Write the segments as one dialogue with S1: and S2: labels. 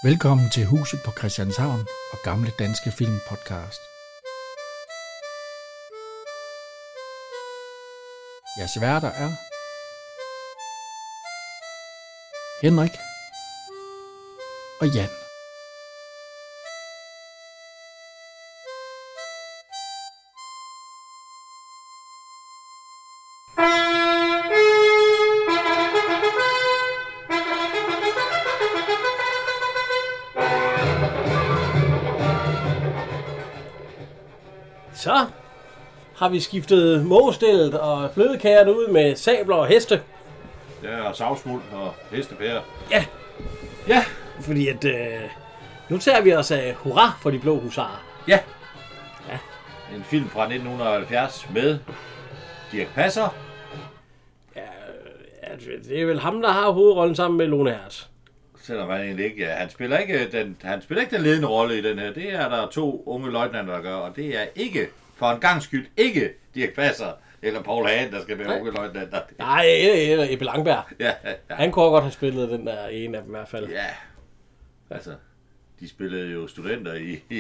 S1: Velkommen til Huset på Christianshavn og Gamle Danske Film Podcast. Jeres værter er Henrik og Jan.
S2: Så har vi skiftet mågestillet og flødekagerne ud med sabler og heste.
S3: Ja, og savsmuld og hestepærer.
S2: Ja, fordi at nu tager vi os af hurra for de blå husarer.
S3: Ja.
S2: Ja.
S3: En film fra 1970 med Dirch Passer.
S2: Ja, det er vel ham, der har hovedrollen sammen med Lone Hertz.
S3: Selvom han egentlig ikke... Ja, han spiller ikke den ledende rolle i den her. Det er der to unge løjtnanter, der gør. Og det er ikke, for en gangs skyld, ikke Dirch Passer eller Paul Hagen, der skal være unge løjtnanter.
S2: Nej, eller Ebbe Langberg.
S3: Ja.
S2: Han kunne godt have spillet den der ene af dem i hvert fald.
S3: Ja. Altså, de spillede jo studenter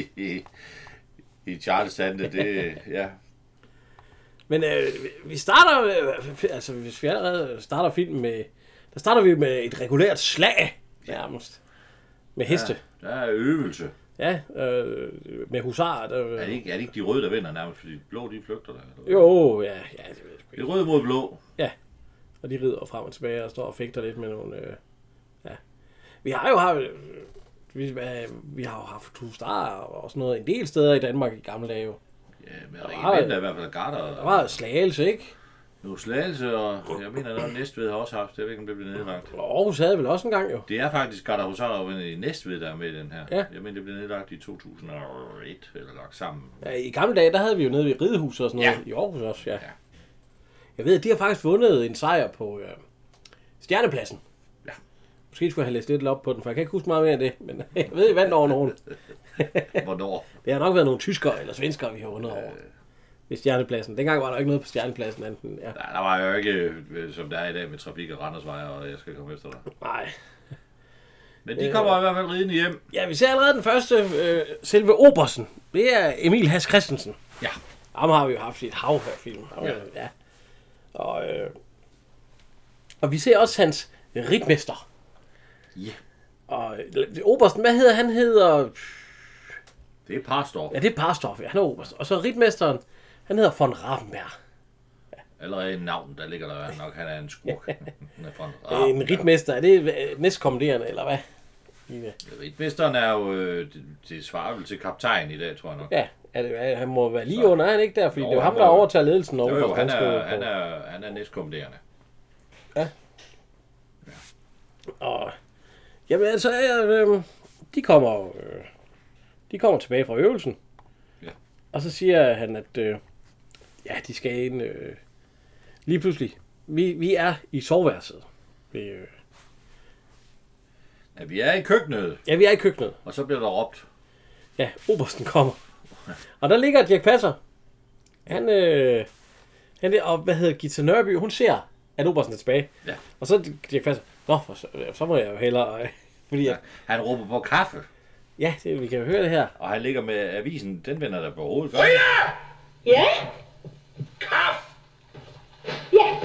S3: i Charleston. Det, ja.
S2: Men vi starter... altså, hvis vi allerede starter filmen med... Der starter vi med et regulært slag, nærmest. Med heste.
S3: Ja, der er øvelse.
S2: Ja, med husarer.
S3: Er det ikke de røde, der vinder nærmest, fordi de blå, de flygter der? Eller?
S2: Jo, ja, det ved jeg sgu
S3: Det
S2: ikke.
S3: er røde mod blå.
S2: Ja, og de rider frem og tilbage og står og fægter lidt med nogle... ja. Vi har jo haft... Vi har jo haft husarer og sådan noget en del steder i Danmark i gamle dage. Jo.
S3: Ja, men regimenter i hvert fald garter.
S2: Der var Slagelse, ikke?
S3: Nu Slagelse, og jeg mener, at Næstved har også haft, jeg ved ikke, om det blev nedlagt.
S2: Og Aarhus havde vel også en gang, jo.
S3: Det er faktisk Garder Husarer i Næstved, der er med i den her.
S2: Ja.
S3: Jeg mener, det blev nedlagt i 2001, eller lagt sammen.
S2: Ja, i gamle dage, der havde vi jo nede ved Ridehuset og sådan noget.
S3: Ja.
S2: I Aarhus også, ja.
S3: Ja.
S2: Jeg ved, at de har faktisk vundet en sejr på Stjernepladsen.
S3: Ja.
S2: Måske skulle jeg have læst lidt op på den, for jeg kan ikke huske meget mere af det. Men jeg ved, I vandt over nogen.
S3: Hvornår?
S2: Det har nok været nogle tyskere eller svenskere, vi har vundet over. Ved Stjernepladsen. Dengang var der ikke noget på Stjernepladsen. Enten, ja.
S3: Der var jo ikke, som der er i dag med trafik og Randersvej, og jeg skal komme efter dig.
S2: Nej.
S3: Men de kommer i hvert fald ridende hjem.
S2: Ja, vi ser allerede den første, selve Obersten. Det er Emil Hass Christensen.
S3: Ja.
S2: Ham har vi jo haft i et hav af film. Ja. Og vi ser også hans ritmester.
S3: Ja.
S2: Og Obersten, hvad hedder han? Hedder...
S3: Det er Parstorff.
S2: Ja, det er Parstorff, ja. Han er Obersten. Og så ritmesteren, han hedder von Rabenberg.
S3: Allerede i navn, der ligger der nok, han er en skurk.
S2: En ritmester, er det næstkommanderende, eller hvad?
S3: Ritmesteren er jo, det svarer vel til kaptajn i dag, tror jeg nok.
S2: Ja, han må være lige under, han ikke der? Fordi det er jo ham, der overtager ledelsen.
S3: Jo, han er næstkommanderende.
S2: Ja. Og jamen altså, de kommer tilbage fra øvelsen.
S3: Ja.
S2: Og så siger han, at de skal ind lige pludselig. Vi er i soveværelset.
S3: Ja, vi er i køkkenet.
S2: Ja, vi er i køkkenet.
S3: Og så bliver der råbt.
S2: Ja, Obersten kommer. Og der ligger Dirch Passer. Han og hvad hedder Gita Nørby, hun ser, at Obersten er tilbage.
S3: Ja.
S2: Og så Dirch Passer, så må jeg jo hellere, fordi
S3: Ja, han råber på kaffe.
S2: ja, vi kan jo høre det her.
S3: Og han ligger med avisen, den vender der på hovedet.
S4: Ja? Kaffe! Ja!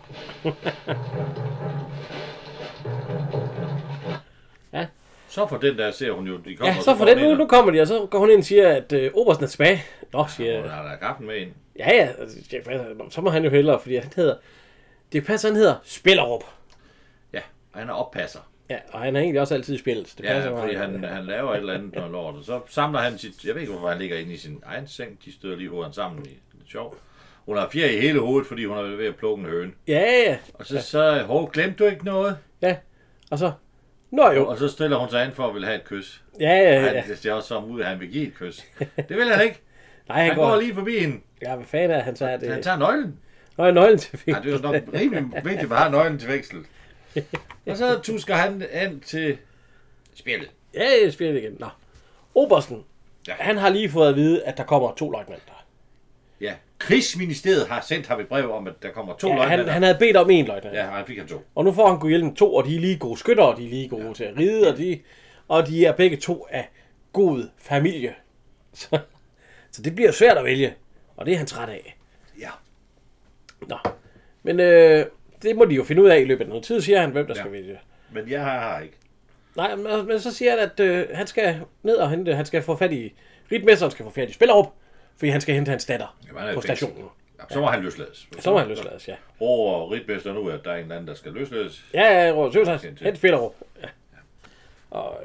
S2: Ja.
S3: Så for den der ser hun jo, de kommer.
S2: Ja, så for den nu kommer de, og så går hun ind og siger, at Obersten er tilbage. Nå, siger
S3: Hun har der kaffen med ind.
S2: ja, Dirch Passer, så må han jo hellere, fordi han hedder, Dirch Passer, han hedder Spillerup.
S3: Ja, og han er oppasser.
S2: Ja, og han er egentlig også altid i spillet. Det passer
S3: Ja, fordi
S2: meget.
S3: han laver et eller andet noget lort. Og så samler han sit, jeg ved ikke hvorfor han ligger inde i sin egen seng. De støder lige hovedet sammen i lidt sjov. Hun har fjer i hele hovedet, fordi hun er ved at plukke en høne.
S2: Ja.
S3: Og så glemte du ikke noget?
S2: Ja, og så, nå jo.
S3: Og så stiller hun sig an for at vil have et kys.
S2: Ja.
S3: Det ser også som ud, at han vil give et kys. Det vil han ikke.
S2: Nej,
S3: Han går lige forbi hende.
S2: Ja, hvad fanden er han tager det?
S3: Han tager nøglen.
S2: Nå, nøglen til
S3: Ja, det er jo nok rimelig vigtigt at have nøglen til veksel. Og så tusker han ind til spillet.
S2: Ja, jeg spiller igen. Nå. Obersten, han har lige fået at vide, at der kommer 2 løjtnanter.
S3: Ja, Krigsministeriet har sendt ham et brev om, at der kommer 2 løjtnanter.
S2: Han havde bedt om 1 løjtnant.
S3: Ja, og han fik 2.
S2: Og nu får han kunne hjælpe 2, og de er lige gode skytter, og de er lige gode til at ride, Og de er begge to af god familie. Så det bliver svært at vælge. Og det er han træt af.
S3: Ja.
S2: Nå. Men det må de jo finde ud af i løbet af noget tid, siger han, hvem der skal vælge.
S3: Men jeg har ikke.
S2: Nej, men så siger han, at han skal ned og hente, han skal få fat i, ritmesteren skal få fat i Spillerup, fordi han skal hente hans datter på stationen.
S3: Ja, så må han løslades.
S2: Så må han løslades, ja.
S3: Og ritmester nu, at der er en eller anden, der skal løslades.
S2: Ja, Søvtræs, hente Spillerup. Ja. Og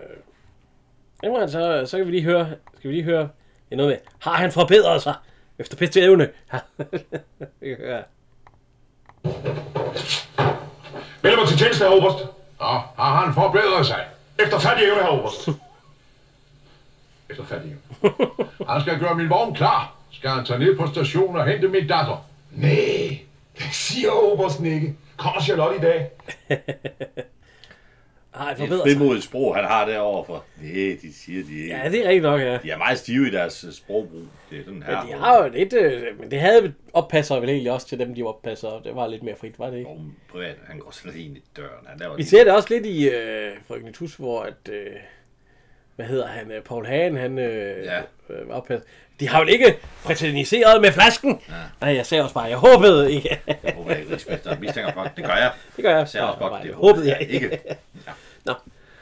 S2: så kan vi lige høre, det er noget med, har han forbedret sig efter bedste evne? Ja.
S5: Melder mig til tjeneste, herr Oberst.
S6: Nå, har han forbedret sig?
S5: Efter fattig evne, herr Oberst.
S6: Efter fattig evne. Han skal gøre min vogn klar. Skal han tage ned på stationen og hente min datter?
S5: Nej, det siger Obersten ikke. Kommer Charlotte i dag?
S2: Har han
S3: Det er
S2: forbedret
S3: et
S2: sig?
S3: frimodigt sprog, han har derovre for. Nej, de siger de ikke.
S2: Ja, det er rigtigt nok, ja.
S3: De er meget stive i deres sprogbrug. Det er sådan her.
S2: Men de har jo lidt, men det havde oppasser vel egentlig også til dem, de oppasser, og det var lidt mere frit, var det ikke?
S3: Privat, han går sådan ind i døren. Han laver
S2: Vi ser det også lidt i Frøken Tus, hvor at, hvad hedder han, Paul Hagen, han oppasser. De har jo ikke fraterniseret med flasken. Ja. Nej, jeg sagde også bare, jeg håbede ikke.
S3: Jeg håber ikke, rigsmesteren mistænker folk. Det gør jeg.
S2: Det gør jeg.
S3: Jeg ser også godt, det
S2: håbede jeg
S3: ikke. Ja.
S2: Nå.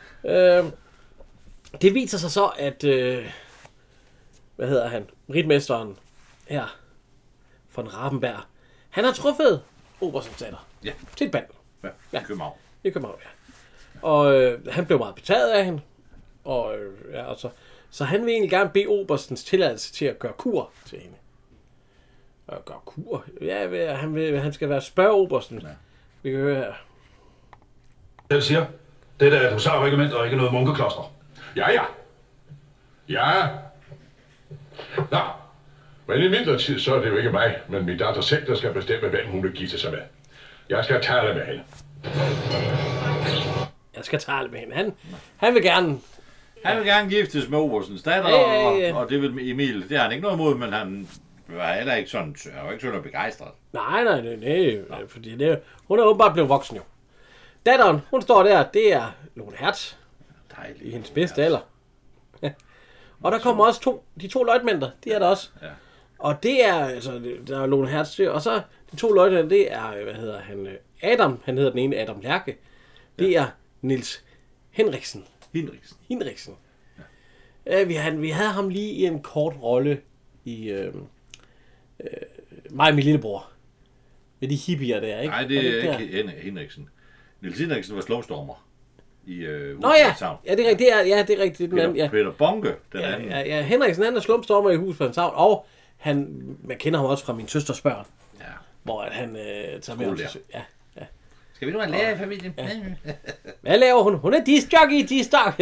S2: Det viser sig så, at hvad hedder han? Ritmesteren her von Rabenberg. Han har truffet Oberstens datter.
S3: Ja.
S2: Til et band.
S3: Ja, København.
S2: I København, ja. Og han blev meget betaget af hende. Og så han vil egentlig gerne bede Oberstens tilladelse til at gøre kur til hende. Og gøre kur? Ja, han skal være spørge Obersten. Ja. Vi kan høre her.
S5: Jeg siger, det er et husarregiment og ikke noget munkekloster.
S6: Ja. Ja. Nå, men i mindre tid, så er det jo ikke mig, men min datter selv, der skal bestemme, hvem hun vil gifte sig med. Jeg skal tale med hende.
S2: Jeg skal tale med hende. Han vil gerne...
S3: Han vil gerne giftes med Oberstens datter,
S2: Ja.
S3: og det vil Emil, det har han ikke noget imod, men han var heller ikke sådan, han var ikke sådan begejstret.
S2: Nej, fordi hun er åbenbart blevet voksen jo. Datteren, hun står der, det er Lone Hertz
S3: Dejligt.
S2: i hendes bedste alder. Og der kommer også de to løjtmenter, de er der også.
S3: Ja.
S2: Og det er, altså, der er Lone Hertz, og så de to løjtmenter, det er, hvad hedder han, Adam, han hedder den ene Adam Lærke. Det er Niels Henriksen. Hinrichsen. Ja. Vi havde ham lige i en kort rolle i mig og min lillebror. Med de hippier der, ikke?
S3: Nej, det er ikke Henriksen. Niels Henriksen var slumstormer i
S2: Nå ja, det er rigtigt. Det er rigtigt. Den anden, ja.
S3: Peter Bonke, den anden.
S2: Ja, Henriksen han er slumstormer i Hus på Havn, og man kender ham også fra Min Søsters Børn. Ja. Hvor han tager med ham til ja.
S3: Skal vi nu have lærer i familien? Ja.
S2: Hvad laver hun? Hun er discjockey.
S3: Hun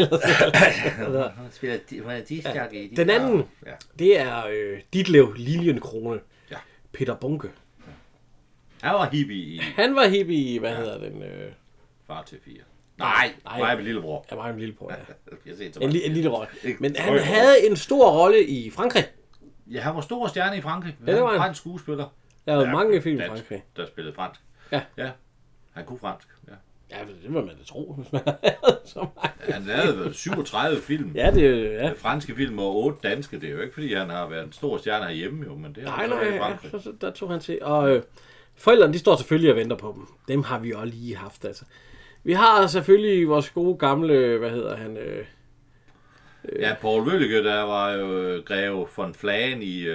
S3: er discjockey.
S2: Den anden, det er Ditlev Liljenkrone. Ja. Peter Bunke.
S3: Han var hippie.
S2: Han var hippie i, hvad hedder den?
S3: Far til 4. Nej, mig og min lillebror.
S2: Ja, mig og min lillebror, ja. En lille rolle.
S3: Ikke
S2: Men han havde en stor rolle i Frankrig.
S3: Ja, han var stor stjerne i Frankrig.
S2: Ja, det var
S3: en
S2: han.
S3: fransk skuespiller.
S2: Der var mange film i Frankrig.
S3: Der spillede fransk.
S2: Ja.
S3: Han kunne fransk.
S2: Ja, det var man da tro, hvis man havde så mange.
S3: Han lavede 37 film.
S2: Ja, det er
S3: franske film og 8 danske. Det er jo ikke, fordi han har været en stor stjerne herhjemme, jo, men det har
S2: nej, i Frankrig. Ja, så der tog han til. Og forældrene, de står selvfølgelig og venter på dem. Dem har vi også lige haft, altså. Vi har selvfølgelig vores gode gamle, hvad hedder han?
S3: Ja, Paul Wøllicke, der var jo greve von Flagen i...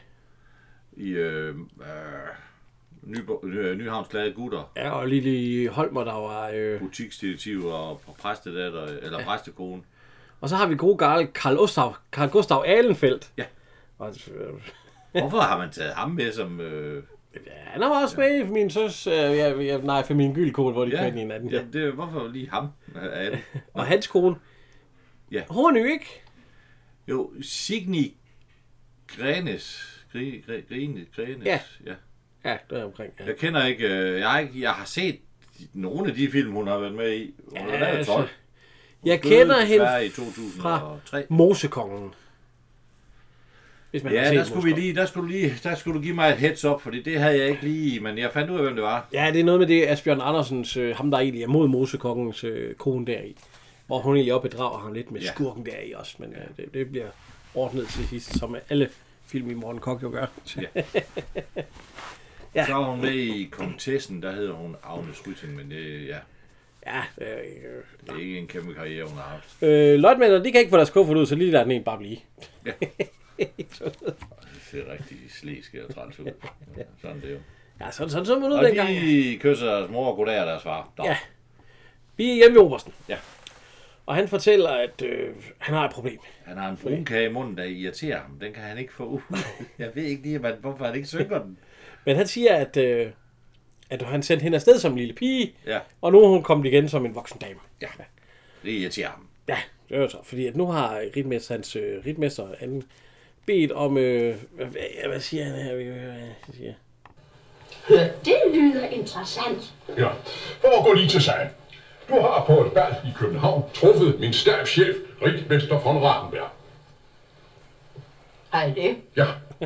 S3: Nyhavns Glade Gutter.
S2: Ja, og Lille Holmer, der var...
S3: butiksdetektiv og præstedatter, eller præstekone.
S2: Og så har vi gode gamle Carl Gustav Ahlenfeldt.
S3: Ja. Hvorfor har man taget ham med som...
S2: Ja, han var også med i min for min gyldkone, hvor de kørte i hinanden.
S3: Ja, det, hvorfor lige ham?
S2: Og hans kone.
S3: Ja.
S2: Hun er ny, ikke?
S3: Jo, Signy Grenes.
S2: Ja. Ja, det er omkring. Ja.
S3: Jeg kender ikke, jeg har set nogle af de film, hun har været med i. Hun har været 12.
S2: Jeg kender hende
S3: fra
S2: Mosekongen. Hvis man
S3: ja, der skulle du give mig et heads up, fordi det havde jeg ikke lige, men jeg fandt ud af, hvem det var.
S2: Ja, det er noget med det Asbjørn Andersens, ham der egentlig er mod Mosekongens kone deri. Hvor hun egentlig også bedrager ham lidt med
S3: Ja.
S2: skurken der i også, men det bliver ordnet til sidst, som alle film i Morten Koch jo gør.
S3: Ja.
S2: Ja.
S3: Så er hun med i Komtessen, der hedder hun Agnes Rytting, men det,
S2: Ja,
S3: det er ikke en kæmpe karriere, hun har haft.
S2: løjtmændene, de kan ikke få deres kuffert ud, så lige lader den en bare blive.
S3: Ja. Det ser rigtig slæske og træls ud. Sådan det jo.
S2: Ja, sådan så man ud
S3: Og
S2: dengang.
S3: de kysser deres mor og goddag og deres far.
S2: Ja. Vi er hjemme i Obersten.
S3: Ja.
S2: Og han fortæller, at han har et problem.
S3: Han har en brunkage i munden, der irriterer ham. Den kan han ikke få. Jeg ved ikke lige, hvorfor han ikke synker den.
S2: Men han siger, at han sendte hende afsted som en lille pige,
S3: Ja.
S2: og nu er hun kommet igen som en voksen dame.
S3: Ja. Det irriterer ham.
S2: Ja, det er jo så. Fordi at nu har hans ritmester han bedt om... hvad siger han her? Hvad siger?
S4: Det lyder interessant.
S6: Ja, for at gå lige til sagen. Du har på et bal i København truffet min stabschef, Ritmester von Rattenberg.
S4: Har I det?
S6: Ja,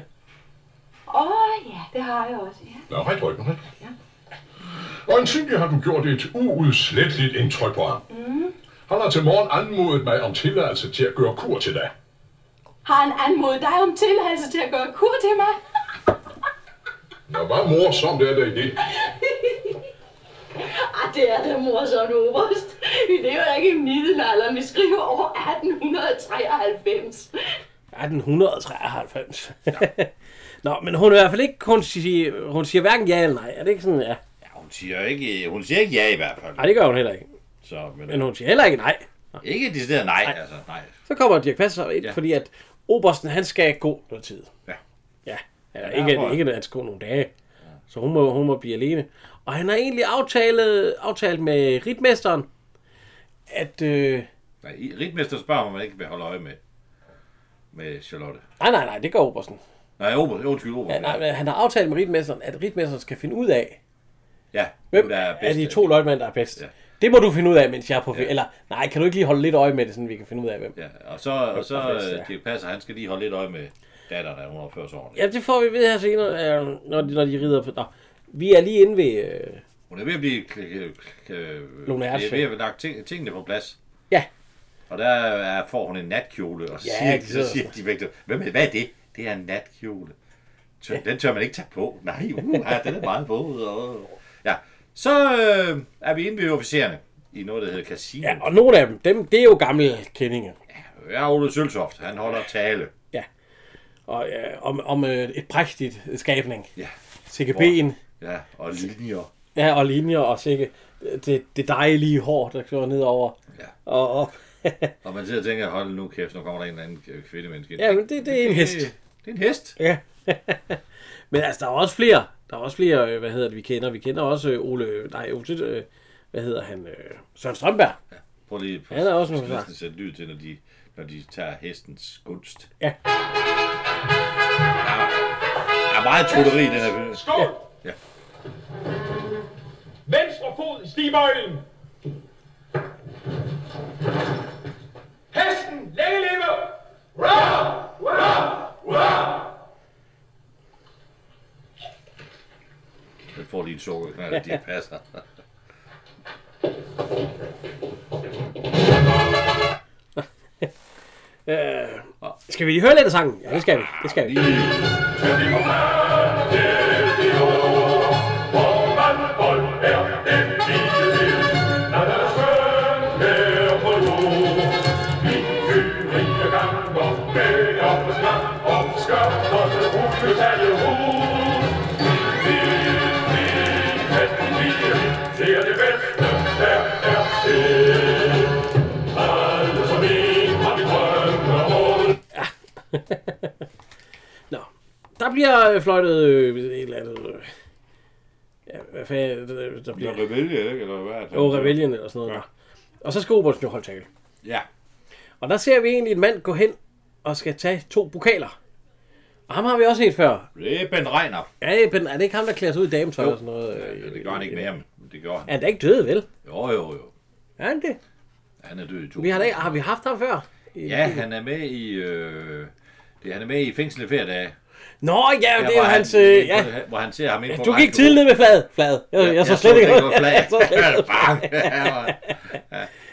S4: Ja, det har jeg også, ja.
S6: nå, ret ryggen, ja. Øjensynligt har du gjort et uudsletteligt indtryk på ham. Han har til morgen anmodet mig om tilladelse til at gøre kur til dig.
S4: Har han anmodet dig om tilladelse til at gøre kur til mig?
S6: Nå, hvor morsomt er der i det?
S4: Det er da morsomt, oberst. Vi lever da ikke i middelalderen, vi skriver over 1893.
S2: 1893. Ja. Nå, men hun er i hvert fald ikke... Hun siger hverken ja eller nej. Er det ikke sådan, ja?
S3: Ja, hun siger ikke ja i hvert fald.
S2: Nej, det gør hun heller ikke.
S3: Så,
S2: Men hun siger heller ikke nej.
S3: ikke decideret nej, altså nej.
S2: Så kommer Dirch Passer ind,
S3: Ja.
S2: fordi at obersten, han skal gå noget tid.
S3: Ja.
S2: Ja.
S3: Ja,
S2: Ikke
S3: derfor.
S2: at han skal gå nogle dage. Så hun må blive alene. Og han har egentlig aftalt med ritmesteren, at...
S3: Nej, ritmester spørger, om man ikke vil holde øje med Charlotte.
S2: Nej, det gør obersten.
S3: Nej, undskyld,
S2: Ja, nej, han har aftalt med ritmesteren, at ritmesteren skal finde ud af,
S3: Ja,
S2: hvem
S3: der er
S2: af
S3: bedst.
S2: de to løjtmænd, der er bedst.
S3: Ja.
S2: Det må du finde ud af, mens jeg er på...
S3: Ja.
S2: Eller, nej, kan du ikke lige holde lidt øje med det, sådan vi kan finde ud af, hvem?
S3: Ja, og så
S2: bedst, ja.
S3: Dirch Passer, han skal lige holde lidt øje med datteren, der er 140 år.
S2: Ja, det får vi ved her senere, når de rider på... Nå, vi er lige inde ved...
S3: Hun er ved at blive...
S2: Lone
S3: Det er
S2: Hertzfeldt.
S3: ved at have lagt tingene på plads.
S2: Ja.
S3: Og der får hun en natkjole, og
S2: Ja,
S3: så siger de væk, hvad er det? Det er en natkjole. Den tør man ikke tage på. Nej, den er meget våd. Ja, så er vi inde ved officererne i noget, der hedder Casino.
S2: Ja, og nogle af dem, det er jo gamle kendinge.
S3: Ja, Ole Søltoft, han holder tale.
S2: Ja. Og om et prægtigt skabning.
S3: Ja.
S2: CGP'en.
S3: Ja, og linjer.
S2: Ja, og linjer og sikke. Det dejlige hår, der kører nedover.
S3: Ja.
S2: Og
S3: Og man sidder og tænker, hold nu kæft, nu kommer der en eller anden kvindemenneske ind.
S2: ja, men det er en hest.
S3: Det er en hest.
S2: Ja. Men altså, der er også flere. Der er også flere, hvad hedder det, vi kender. Vi kender også Søren Strømberg.
S3: Prøv lige
S2: Han er også
S3: jeg
S2: nogle
S3: skal næsten sætte lyd til, når de tager hestens gunst.
S2: Ja.
S3: Der er meget truteri i den her film.
S5: Skål!
S3: Ja.
S5: Venstre fod i stigbøjlen. Hesten, længe leve! Hurra! Hurra! Hurra!
S3: Den får lige en sukkerknald, at de passer.
S2: Skal vi lige høre lidt af sangen? Ja, det skal vi. Det skal vi. Nå, der bliver fløjtet et eller andet... Ja, hvad fanden... Der bliver...
S3: Rebellion, ikke? Eller hvad?
S2: Jo, Rebellion eller sådan noget. Ja. Og så skal Obersten jo holde tale.
S3: Ja.
S2: Og der ser vi egentlig en mand gå hen og skal tage 2 pokaler. Og ham har vi også set før.
S3: Det er Ben Reiner.
S2: Ja, er det ikke ham, der klæder sig ud i dametøj og sådan noget?
S3: Ja, det gør han ikke mere, men det gør han.
S2: Er han da ikke død, vel?
S3: Jo.
S2: Er han det?
S3: Han er død i 2.
S2: Har vi haft ham før?
S3: Ja, han er med i... han er med i Fængsel i flere dage.
S2: Nå, ja, det er jo hans...
S3: Hvor han ser ham ind på
S2: Du gik tidligt ned med flad. Jeg så slet ikke
S3: noget. Bang!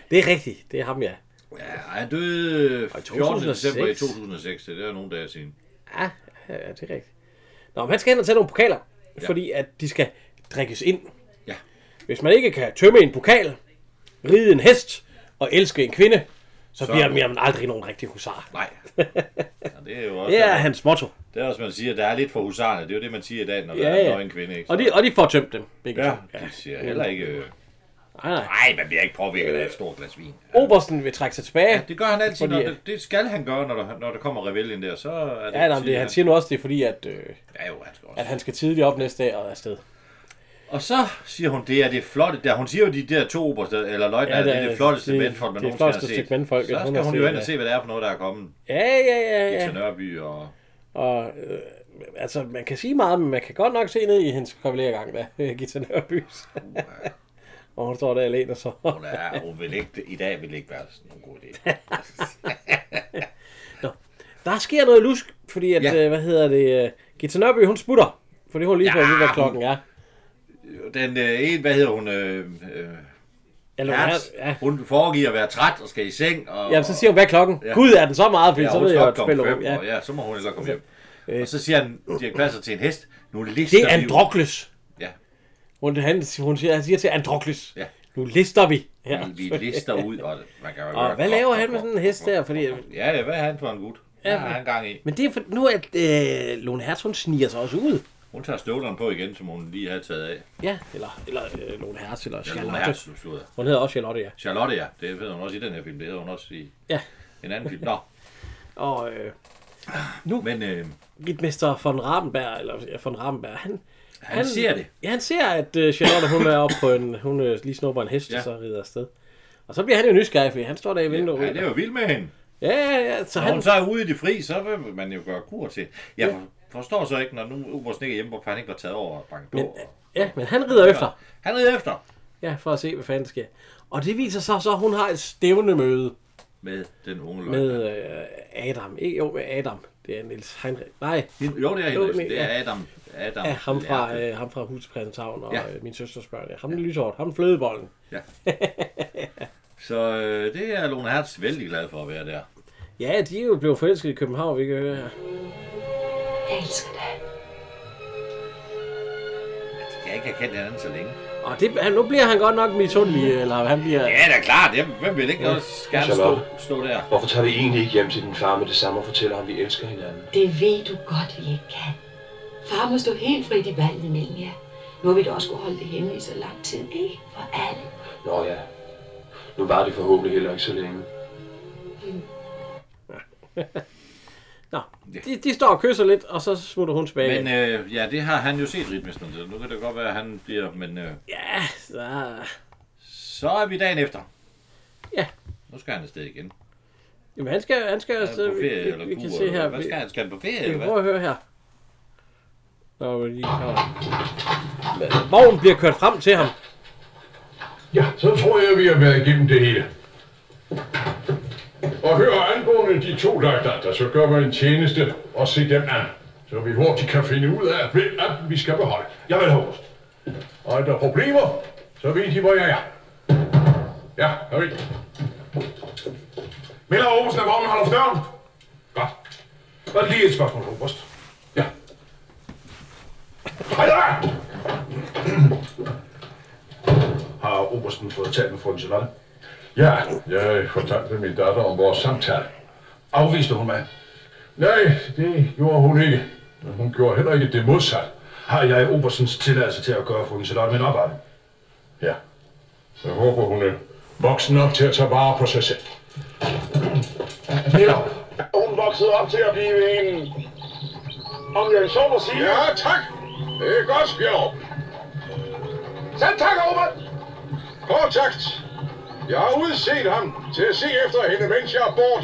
S2: Det er rigtigt. Det er ham, ja.
S3: Ja, han døde 14.
S2: 2006.
S3: december i 2006. Det er nogle dage siden.
S2: Ja, det er rigtigt. Nå, men han skal hen og tage nogle pokaler, fordi at de skal drikkes ind.
S3: Ja.
S2: Hvis man ikke kan tømme en pokal, ride en hest og elske en kvinde, så bliver man aldrig nogen rigtig husar.
S3: Nej. Ja, det er jo også...
S2: Det er hans motto.
S3: Det er også, man siger, der er lidt for husarerne. Det er jo det, man siger i dag, når der er en kvinde. Ikke?
S2: Og de får tømt dem, begge
S3: ja,
S2: to.
S3: de siger heller ikke...
S2: Nej,
S3: man bliver ikke påvirket af et stort glas vin.
S2: Obersten vil trække sig tilbage.
S3: Ja, det gør han altid,
S2: fordi,
S3: det skal han gøre, når der kommer reveljen der. Så er det
S2: han siger nu også, det er fordi, at,
S3: at
S2: han skal tidligt op næste dag og afsted.
S3: Og så siger hun, det er det flotte der. Hun siger jo, de der to oberster, eller løjtnanter, det er det flotteste mændfolk, man nogensinde har set. Så skal hun jo hen og se, hvad det er for noget, der er kommet.
S2: Ja.
S3: Gita Nørby
S2: og altså, man kan sige meget, men man kan godt nok se ned i hendes kavalergang, hvad Gita Nørby. Og hun står der alene, så...
S3: Hun vil ikke, i dag vil det ikke være sådan en god idé.
S2: Nå, der sker noget lusk, fordi at, Gita Nørby, hun smutter. Fordi hun lige får at vide, hvad klokken er.
S3: Den hvad hedder hun? Hun foregiver at være træt og skal i seng.
S2: Jamen, så siger hun, hvad er klokken? Ja. Gud, er den så meget? Fordi så ved jeg, at
S3: spiller ja, så må hun så komme hjem. Og så siger han, Dirch Passer til en hest, nu lister
S2: det er Androkles.
S3: Ja.
S2: Han siger til Androkles, nu lister vi.
S3: Ja. Vi lister ud, og man kan jo
S2: og hvad laver han med sådan en hest der? Fordi,
S3: ja, hvad er han for en gut? Ja, har han gang i.
S2: Men det er for, nu, at Lone Hertz, hun sniger sig også ud.
S3: Hun tager støvlerne på igen, som hun lige havde taget af.
S2: Ja, eller Lone Hertz, eller Charlotte.
S3: Hertz,
S2: hun hedder også Charlotte, ja.
S3: Charlotte, ja. Det ved hun også i den her film. Det hedder hun også i en anden film. Nå.
S2: Og nu, Rittmester von Rabenberg, han
S3: ser det.
S2: Ja, han ser, at Charlotte, hun er oppe på hun lige snupper en hest, og så rider afsted. Og så bliver han jo nysgerrig, fordi han står der i vinduet.
S3: Ja, det er jo vildt med hende.
S2: Ja.
S3: Så hun så er ude i det fri, så vil man jo gøre kur til. Jeg forstår så ikke, når nu Obersten ikke er hjemme, hvorfor han ikke var taget over og banket på.
S2: Men han rider efter.
S3: Han rider efter.
S2: Ja, for at se, hvad fanden sker. Og det viser sig så, at hun har et stævnemøde.
S3: Med den unge
S2: løjtnant. Med Adam. Ikke jo, med Adam. Det er Niels Heinrich. Nej.
S3: Jo, det er Henriksen. Det er Adam.
S2: Ja, ham fra Huset Christianshavn og min søsters børn. Ja. Ham er lyshårdt. Ham flødebollen.
S3: Ja. Så det er Lone Hertz vældig glad for at være der.
S2: Ja, de er jo blevet forelsket i København, vi kan høre her.
S4: Jeg elsker dig.
S3: Jeg kan ikke have kendt hinanden så længe.
S2: Og nu bliver han godt nok misundelig, eller han bliver...
S3: Ja, det er klart. Hvem vil ikke også gerne stå der?
S7: Hvorfor tager vi egentlig ikke hjem til din far med det samme og fortæller ham, vi elsker hinanden?
S4: Det ved du godt, vi ikke kan. Far må stå helt frit i valget mellem jer. Nu har vi da også kunne holde det hemmeligt så lang tid, ikke? For alle.
S7: Nå ja. Nu var det forhåbentlig heller ikke så længe.
S2: Nå, de står og kysser lidt, og så smutter hun tilbage.
S3: Men det har han jo set, Rittmesteren, så nu kan det godt være, at han bliver, men... Så er vi dagen efter.
S2: Ja.
S3: Nu skal han afsted igen.
S2: Jamen, han skal afsted. Vi kan se her.
S3: Hvad skal han? Skal han på ferie,
S2: eller hvad? Prøv at høre her. Vognen bliver kørt frem til ham.
S6: Ja, så tror jeg, vi har været igennem det hele. Og hør angående de to løjtnanter, så gør man en tjeneste og se dem an. Så vi hurtigt kan finde ud af, hvem af dem vi skal beholde. Jeg vil håbe. Og er der problemer, så ved de, hvor jeg er. Ja, jeg ved. Melder Obersten, at vognen holder for døren? Godt. Og lige et spørgsmål, Oberst. Ja. Hej der! Har Obersten fået talt med frøken Charlotte? Ja, jeg fortalte min datter om vores samtale. Afviste hun mig? Nej, det gjorde hun ikke. Men hun gjorde heller ikke det modsat. Har jeg Oberstens tilladelse til at gøre frøken Charlotte min arbejde? Ja. Jeg håber, hun er voksen op til at tage vare på sig selv. Netop. Hun voksede op til at blive en... Om jeg så må sige... Ja, tak. Det er godt, Spjælrup. Selv tak, Oberst. Kort sagt. Jeg har udset ham til at se efter hende, mens jeg er borte.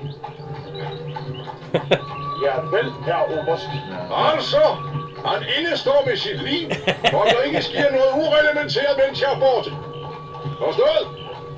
S6: Ja, vel, herr Oberst. Altså, han indestår med sit liv, for der ikke sker noget ureglementeret, mens jeg er borte. Forstået?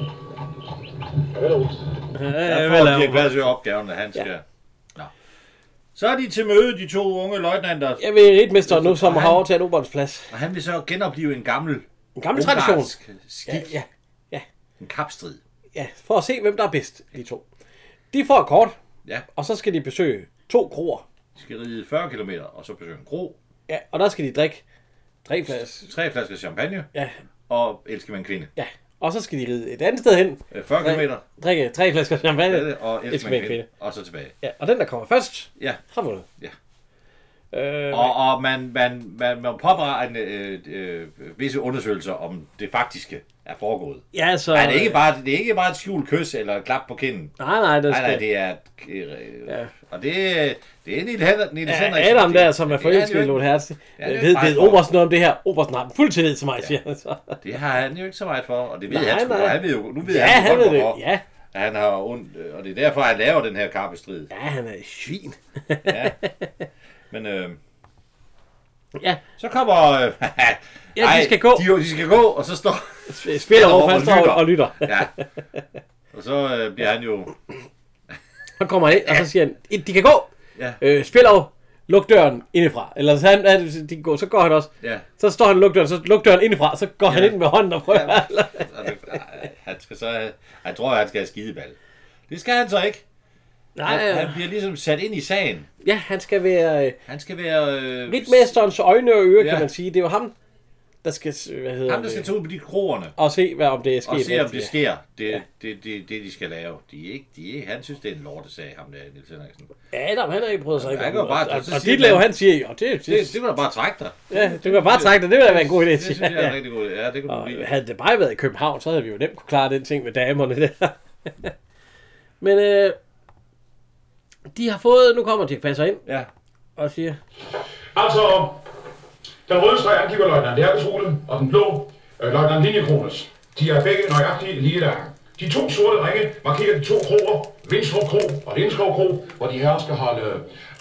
S3: Der får Dirch Passer opgaven, at han skal... Nå. Så er de til møde, de to unge løjtnanter.
S2: Jeg vil Rittmester nu, som har overtaget Oberstens plads.
S3: Og han vil så genopleve en gammel
S2: tradition.
S3: Skik.
S2: Ja.
S3: En kapstrid.
S2: Ja, for at se, hvem der er bedst, de to. De får et kort,
S3: Ja.
S2: og så skal de besøge 2 kroer.
S3: De skal ride 40 km, og så besøge en kro.
S2: Ja, og der skal de drikke 3 flasker.
S3: 3 flasker champagne.
S2: Ja,
S3: Og elsker man en kvinde.
S2: ja. Og så skal de ride et andet sted hen.
S3: 40 km.
S2: Drikke 3 flasker champagne.
S3: Og elsker man en kvinde. Og så tilbage.
S2: Ja, og den, der kommer først,
S3: Ja.
S2: har vundet.
S3: Ja.
S2: Øh,
S3: Og man påberegne visse undersøgelser om det faktiske er foregået.
S2: ja, så...
S3: Nej, det er ikke bare et skjult kys eller et klap på kinden.
S2: Nej, det
S3: Nej,
S2: skal...
S3: det er...
S2: Ja.
S3: Og det er Niels Henriksen.
S2: Ja, Adam der, som er forelsket i Lone Hertz. Ved Obersten noget om det her? Obersten har den fuld tillid til mig, siger han så.
S3: Det har han jo ikke så meget for, og det ved
S2: Nej,
S3: han sgu.
S2: nej.
S3: Og han ved jo, nu ved
S2: Ja,
S3: han
S2: han
S3: godt,
S2: ved det.
S3: hvorfor.
S2: Ja.
S3: Han har ondt, og det er derfor, han laver den her kappestrid.
S2: Ja, han er et svin.
S3: Ja. Men
S2: Ja,
S3: så kommer...
S2: Ja, de skal gå.
S3: De skal gå, og så står...
S2: Spiller han står og lytter.
S3: Ja. Og så bliver han jo...
S2: Så kommer han ind, og så siger han, de kan gå.
S3: Ja.
S2: Spiller luk døren indefra. Eller så går han også.
S3: Ja.
S2: Så står han og lukker døren, så luk døren indefra, så går han ind med hånden og prøver.
S3: Ja. Han tror, han skal have skideball. Det skal han så ikke.
S2: Nej,
S3: Han bliver ligesom sat ind i sagen.
S2: ja, han skal være
S3: Han skal være...
S2: ritmesterens øjne og ører,
S3: Ja.
S2: kan man sige. Det er jo ham, der skal,
S3: ham, der skal tage ud på de kroerne.
S2: og se, om det er sket.
S3: Og se, om det
S2: rigtigt.
S3: sker. Det, de skal lave. Han synes, det er en lortesag, ham der, Niels Henriksen.
S2: Adam, han har ikke prøvet sig ikke
S3: Han
S2: om.
S3: går bare-
S2: Og
S3: så siger
S2: Ditlev,
S3: han-
S2: han siger, jo, det
S3: Det vil da bare trække dig.
S2: ja, du kan bare trække det. Det ville da være en god idé.
S3: Det synes jeg er en rigtig god idé. Ja, det kunne du
S2: Og
S3: lide.
S2: havde det bare været i København, så havde vi jo nemt kunne klare den ting med damerne der. Men de har fået, nu kommer Dirch Passer ind
S3: Ja.
S2: og siger,
S6: Altså, den røde streg angiver løjtnant Herkesrode, og den blå løjtnant Linjekrones. De er begge nøjagtigt lige lange. De 2 sorte ringe markerer de 2 kroer, Vindskov Kro og Lindskov Kro, hvor de her skal holde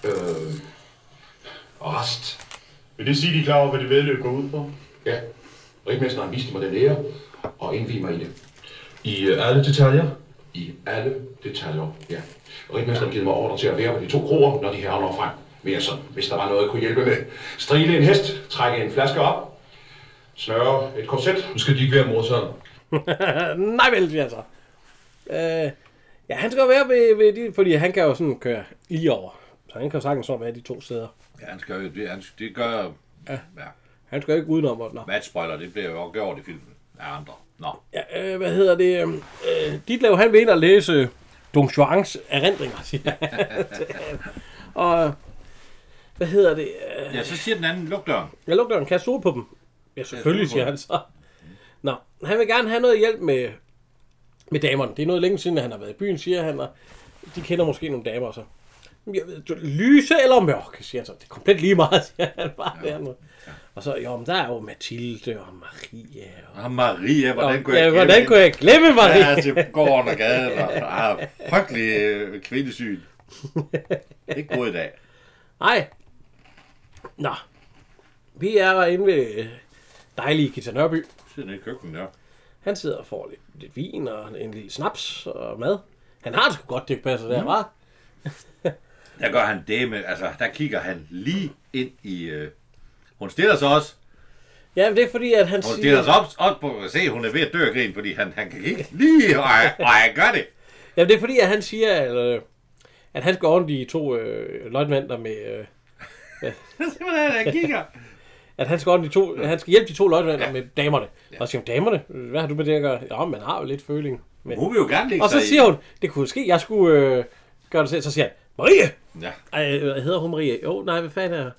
S6: rast.
S5: Vil det sige, de er klar over, hvad det vedløb går ud på?
S6: Ja, ritmesteren viste mig den ære og indvige mig i det. I alle detaljer? I alle detaljer, ja. Ritmesteren givet mig ordre til at være på de 2 kroer, når de her når frem. Mere sådan, hvis der var noget, jeg kunne hjælpe med. Strile en hest, trække en flaske op, snøre et korset.
S5: Nu skal de ikke være morsomme.
S2: nej vel, siger han så. Ja, han skal jo være ved de, fordi han kan jo sådan køre lige over. Så han kan jo sagtens være de 2 steder.
S3: Ja, han skal jo... Det gør... Ja.
S2: Han skal jo ikke udenom. Nå.
S3: Matchspoiler, det bliver jo gjort i filmen af andre. Nå.
S2: Ja, hvad hedder det? Ditlev, han vil ind og læse Don Juans erindringer, siger han. Og hvad hedder det?
S3: Ja, så siger den anden, luk døren.
S2: Jeg lukker døren, kan jeg stole på dem? Ja, selvfølgelig, siger han så. Nå, han vil gerne have noget hjælp med damerne. Det er noget længe siden, at han har været i byen, siger han, og de kender måske nogle damer så. Jeg ved, lyse eller mørke, siger han så. Det er komplet lige meget, siger han bare. Ja. Og så, jo, men der er jo Mathilde og Maria.
S3: Og Maria, hvordan kunne
S2: ja,
S3: jeg glemme
S2: hvordan kunne jeg glemme Maria?
S3: Ja, til gården og gaden og frygtelig kvindesyn. Ikke god i dag.
S2: Nej. Nå. Vi er inde ved dejlige Gita Nørby.
S3: Sidder nede i køkkenet, ja.
S2: Han sidder og får lidt vin og en lille snaps og mad. Han har det sgu godt, det passer der, var.
S3: Der gør han det med, altså der kigger han lige ind i... Hun stiller sig også.
S2: Ja, men det er fordi, at han
S3: Hun stiller sig op på at se, hun er ved at dø af grin, fordi han kan kigge lige, og han gør det.
S2: Ja, det er fordi, at han siger, at han skal ordne de 2 løjtnanter med...
S3: Simpelthen, han kigger.
S2: At han skal ordne han skal hjælpe de 2 løjtnanter med damerne. Ja. Og så siger hun, damerne? Hvad har du med det at gøre? Ja, man har jo lidt føling. Men...
S3: Hun vil jo gerne lægge
S2: Og så
S3: sig
S2: siger hun, det kunne ske, jeg skulle gøre det selv. Så siger han, Marie!
S3: Ja.
S2: Ej, hvad hedder hun Marie? Jo, nej, hvad fanden er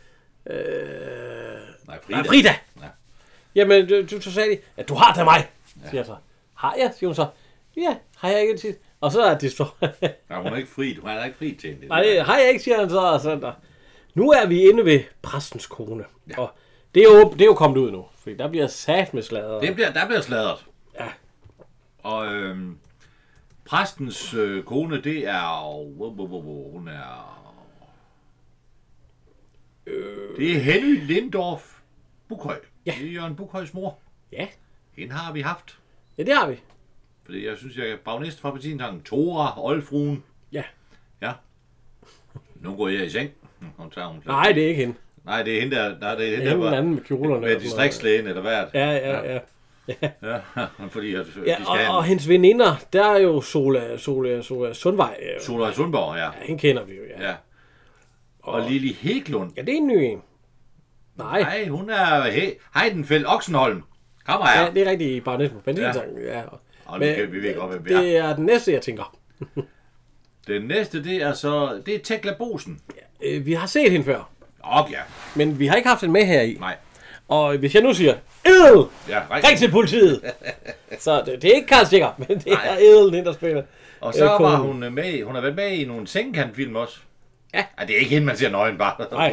S3: Nej, Frida.
S2: Frida!
S3: Ja.
S2: Jamen, du sagde det, at du har det af mig, siger jeg så. Har jeg, siger hun så. Ja, har jeg ikke til. Og så er det står.
S3: Nej, hun er ikke fri. Hun er ikke fri til det.
S2: Nej, har jeg ikke, siger han så. Og sådan der. Nu er vi inde ved præstens kone. Ja. Og det er jo kommet ud nu, fordi der bliver sat med sladder.
S3: Der bliver sladret.
S2: Ja.
S3: Og præstens kone, det er... Hun er... Det er Henny Lindorf Bukhøj.
S2: Ja.
S3: Det er Jørgen Bukhøjs mor.
S2: Ja.
S3: Hende har vi haft.
S2: Ja, det har vi.
S3: Fordi jeg synes, jeg er bagnæst fra partiet, Tora, oldfruen.
S2: Ja.
S3: Ja. Nu går jeg i seng. Hun
S2: Nej, det er ikke hende.
S3: Nej, det er hende, der... Nej, det er
S2: Det er hende den anden med kjolerne.
S3: med distriktslægen, eller hvad?
S2: Ja.
S3: Ja, fordi de
S2: Ja,
S3: skal have
S2: og hendes veninder, der er jo Sola Sundvej.
S3: Solvej Sundborg, ja.
S2: Ja, hende kender vi jo, ja.
S3: Ja. Og Lili Heglund.
S2: Ja, det er en ny en.
S3: Nej, hun er Heidenfeldt Oksenholm. Kommer her.
S2: Ja, det er rigtigt bare net på benzintanken. Ja.
S3: Og nu kan vi ved godt, hvem vi er.
S2: Det er den næste, jeg tænker.
S3: Den næste, det er Tekla Bosen.
S2: Vi har set hende før,
S3: Ja.
S2: men vi har ikke haft hende med her i.
S3: Nej.
S2: Og hvis jeg nu siger, Edel!
S3: Ja,
S2: Ring til politiet! Så det er ikke Karl Stikker, men det er Edel, den der spiller.
S3: Og så var hun med, hun har været med i nogle sengekantfilm også.
S2: Ja.
S3: Det er ikke hende, man ser nøgen bare.
S2: Nej.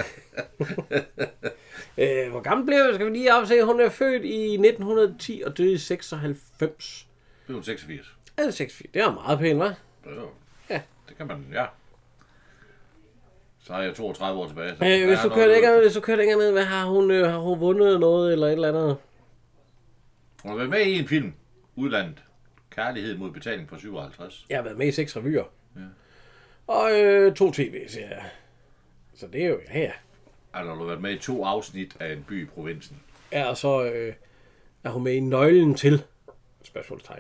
S2: Hvor gammel blev jeg? Skal vi lige opse? Hun er født i 1910 og døde i 96.
S3: Det er hun 86.
S2: Ja, det er 86. Det er meget pænt, hva'?
S3: Ja. Det kan man, ja. Så er jeg 32 år tilbage.
S2: Hvis du kører længere ned, hvad har hun vundet noget eller et eller andet?
S3: Hun har været med i en film, Udlandet. Kærlighed mod betaling for 57.
S2: Jeg har været med i 6 revyer. Ja. Og 2 tv-serier. Så det er jo, ja.
S3: Altså, du har været med i 2 afsnit af En by i provinsen.
S2: Ja, og så er hun med i Nøglen til spørgsmålstegn.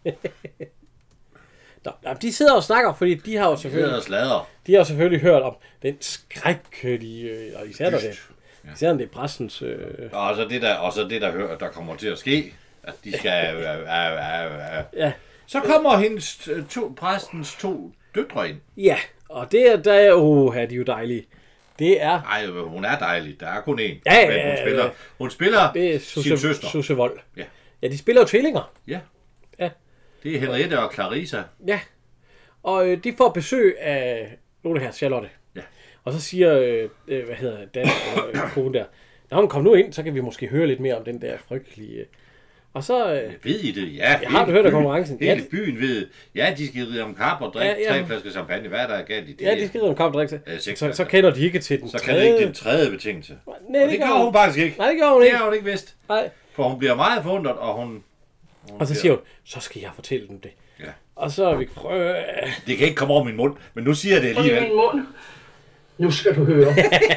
S2: Nå, de sidder og snakker, fordi de har jo selvfølgelig hørt om den skrækkelige, og især når det er pressens...
S3: Og så det der kommer til at ske, at de skal...
S2: Ja.
S3: Så kommer præstens 2 døtre ind.
S2: Ja, og det er de er jo dejlige. Det er...
S3: Nej, hun er dejlig. Der er kun én.
S2: Ja,
S3: hun spiller
S2: det er
S3: sin søster.
S2: Susse Vold.
S3: Ja.
S2: Ja, de spiller jo tvillinger.
S3: Ja.
S2: Ja.
S3: Det er Henriette og Clarissa.
S2: Ja. Og de får besøg af nogle her, Charlotte.
S3: Ja.
S2: Og så siger, Dan konen der, når hun kommer nu ind, så kan vi måske høre lidt mere om den der frygtelige... Og så...
S3: Ved I det? Ja.
S2: Har du hørt af konkurrencen?
S3: Hele byen ved... Ja, de skal ride om kap og drikke 3 flasker champagne. Hvad er der galt i det?
S2: Ja, de skal ride om kap og drikke. Så kender de ikke til den
S3: tredje. Så kender de ikke den tredje betingelse.
S2: Nej,
S3: og det gør hun faktisk ikke.
S2: Nej, det gør hun ikke.
S3: Det har hun ikke vidst.
S2: Nej.
S3: For hun bliver meget forundret, og hun
S2: og så siger hun, så skal jeg fortælle dem det.
S3: Ja.
S2: Og så vi prøve...
S3: Det kan ikke komme over min mund, men nu siger jeg det alligevel.
S4: Min mund. Nu skal du høre.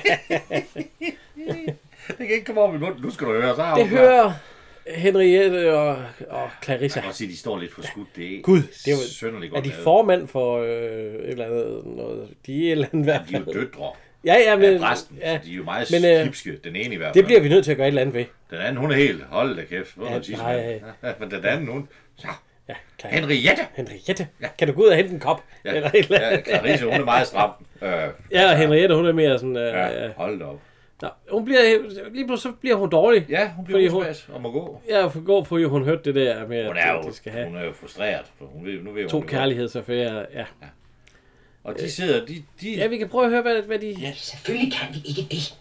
S3: Det kan ikke komme over min mund, nu skal du høre. Så
S2: det hører Henriette og Clarissa.
S3: Jeg kan sige, de står lidt for skudt. Det er
S2: Gud, det er
S3: sønderligt
S2: godt.
S3: godt.
S2: Er de formand for et eller andet noget? De er et eller andet hvert
S3: fald. De er jo døtre.
S2: Ja, men...
S3: Resten, de er jo meget slipske. Den ene i hvert fald.
S2: Det bliver vi nødt til at gøre et eller andet ved.
S3: Den anden, hun er helt... Hold da kæft. Men den anden, hun... Så. Ja, Henriette.
S2: Ja. Kan du gå ud og hente en kop?
S3: Ja, eller et eller andet? Ja, Clarisse, hun er meget stram.
S2: Ja, og Henriette, hun er mere sådan...
S3: hold da op.
S2: Nå, hun bliver... Lige pludselig så bliver hun dårlig.
S3: Ja, hun bliver utilpas og må gå.
S2: Ja, for gå, fordi hun hørte det der med,
S3: at de skal have... Hun er jo frustreret, for nu ved
S2: 2 kærlighedsaffærer, ja.
S3: Og de sidder...
S2: Ja, vi kan prøve at høre, hvad de...
S4: Ja, selvfølgelig kan vi ikke det.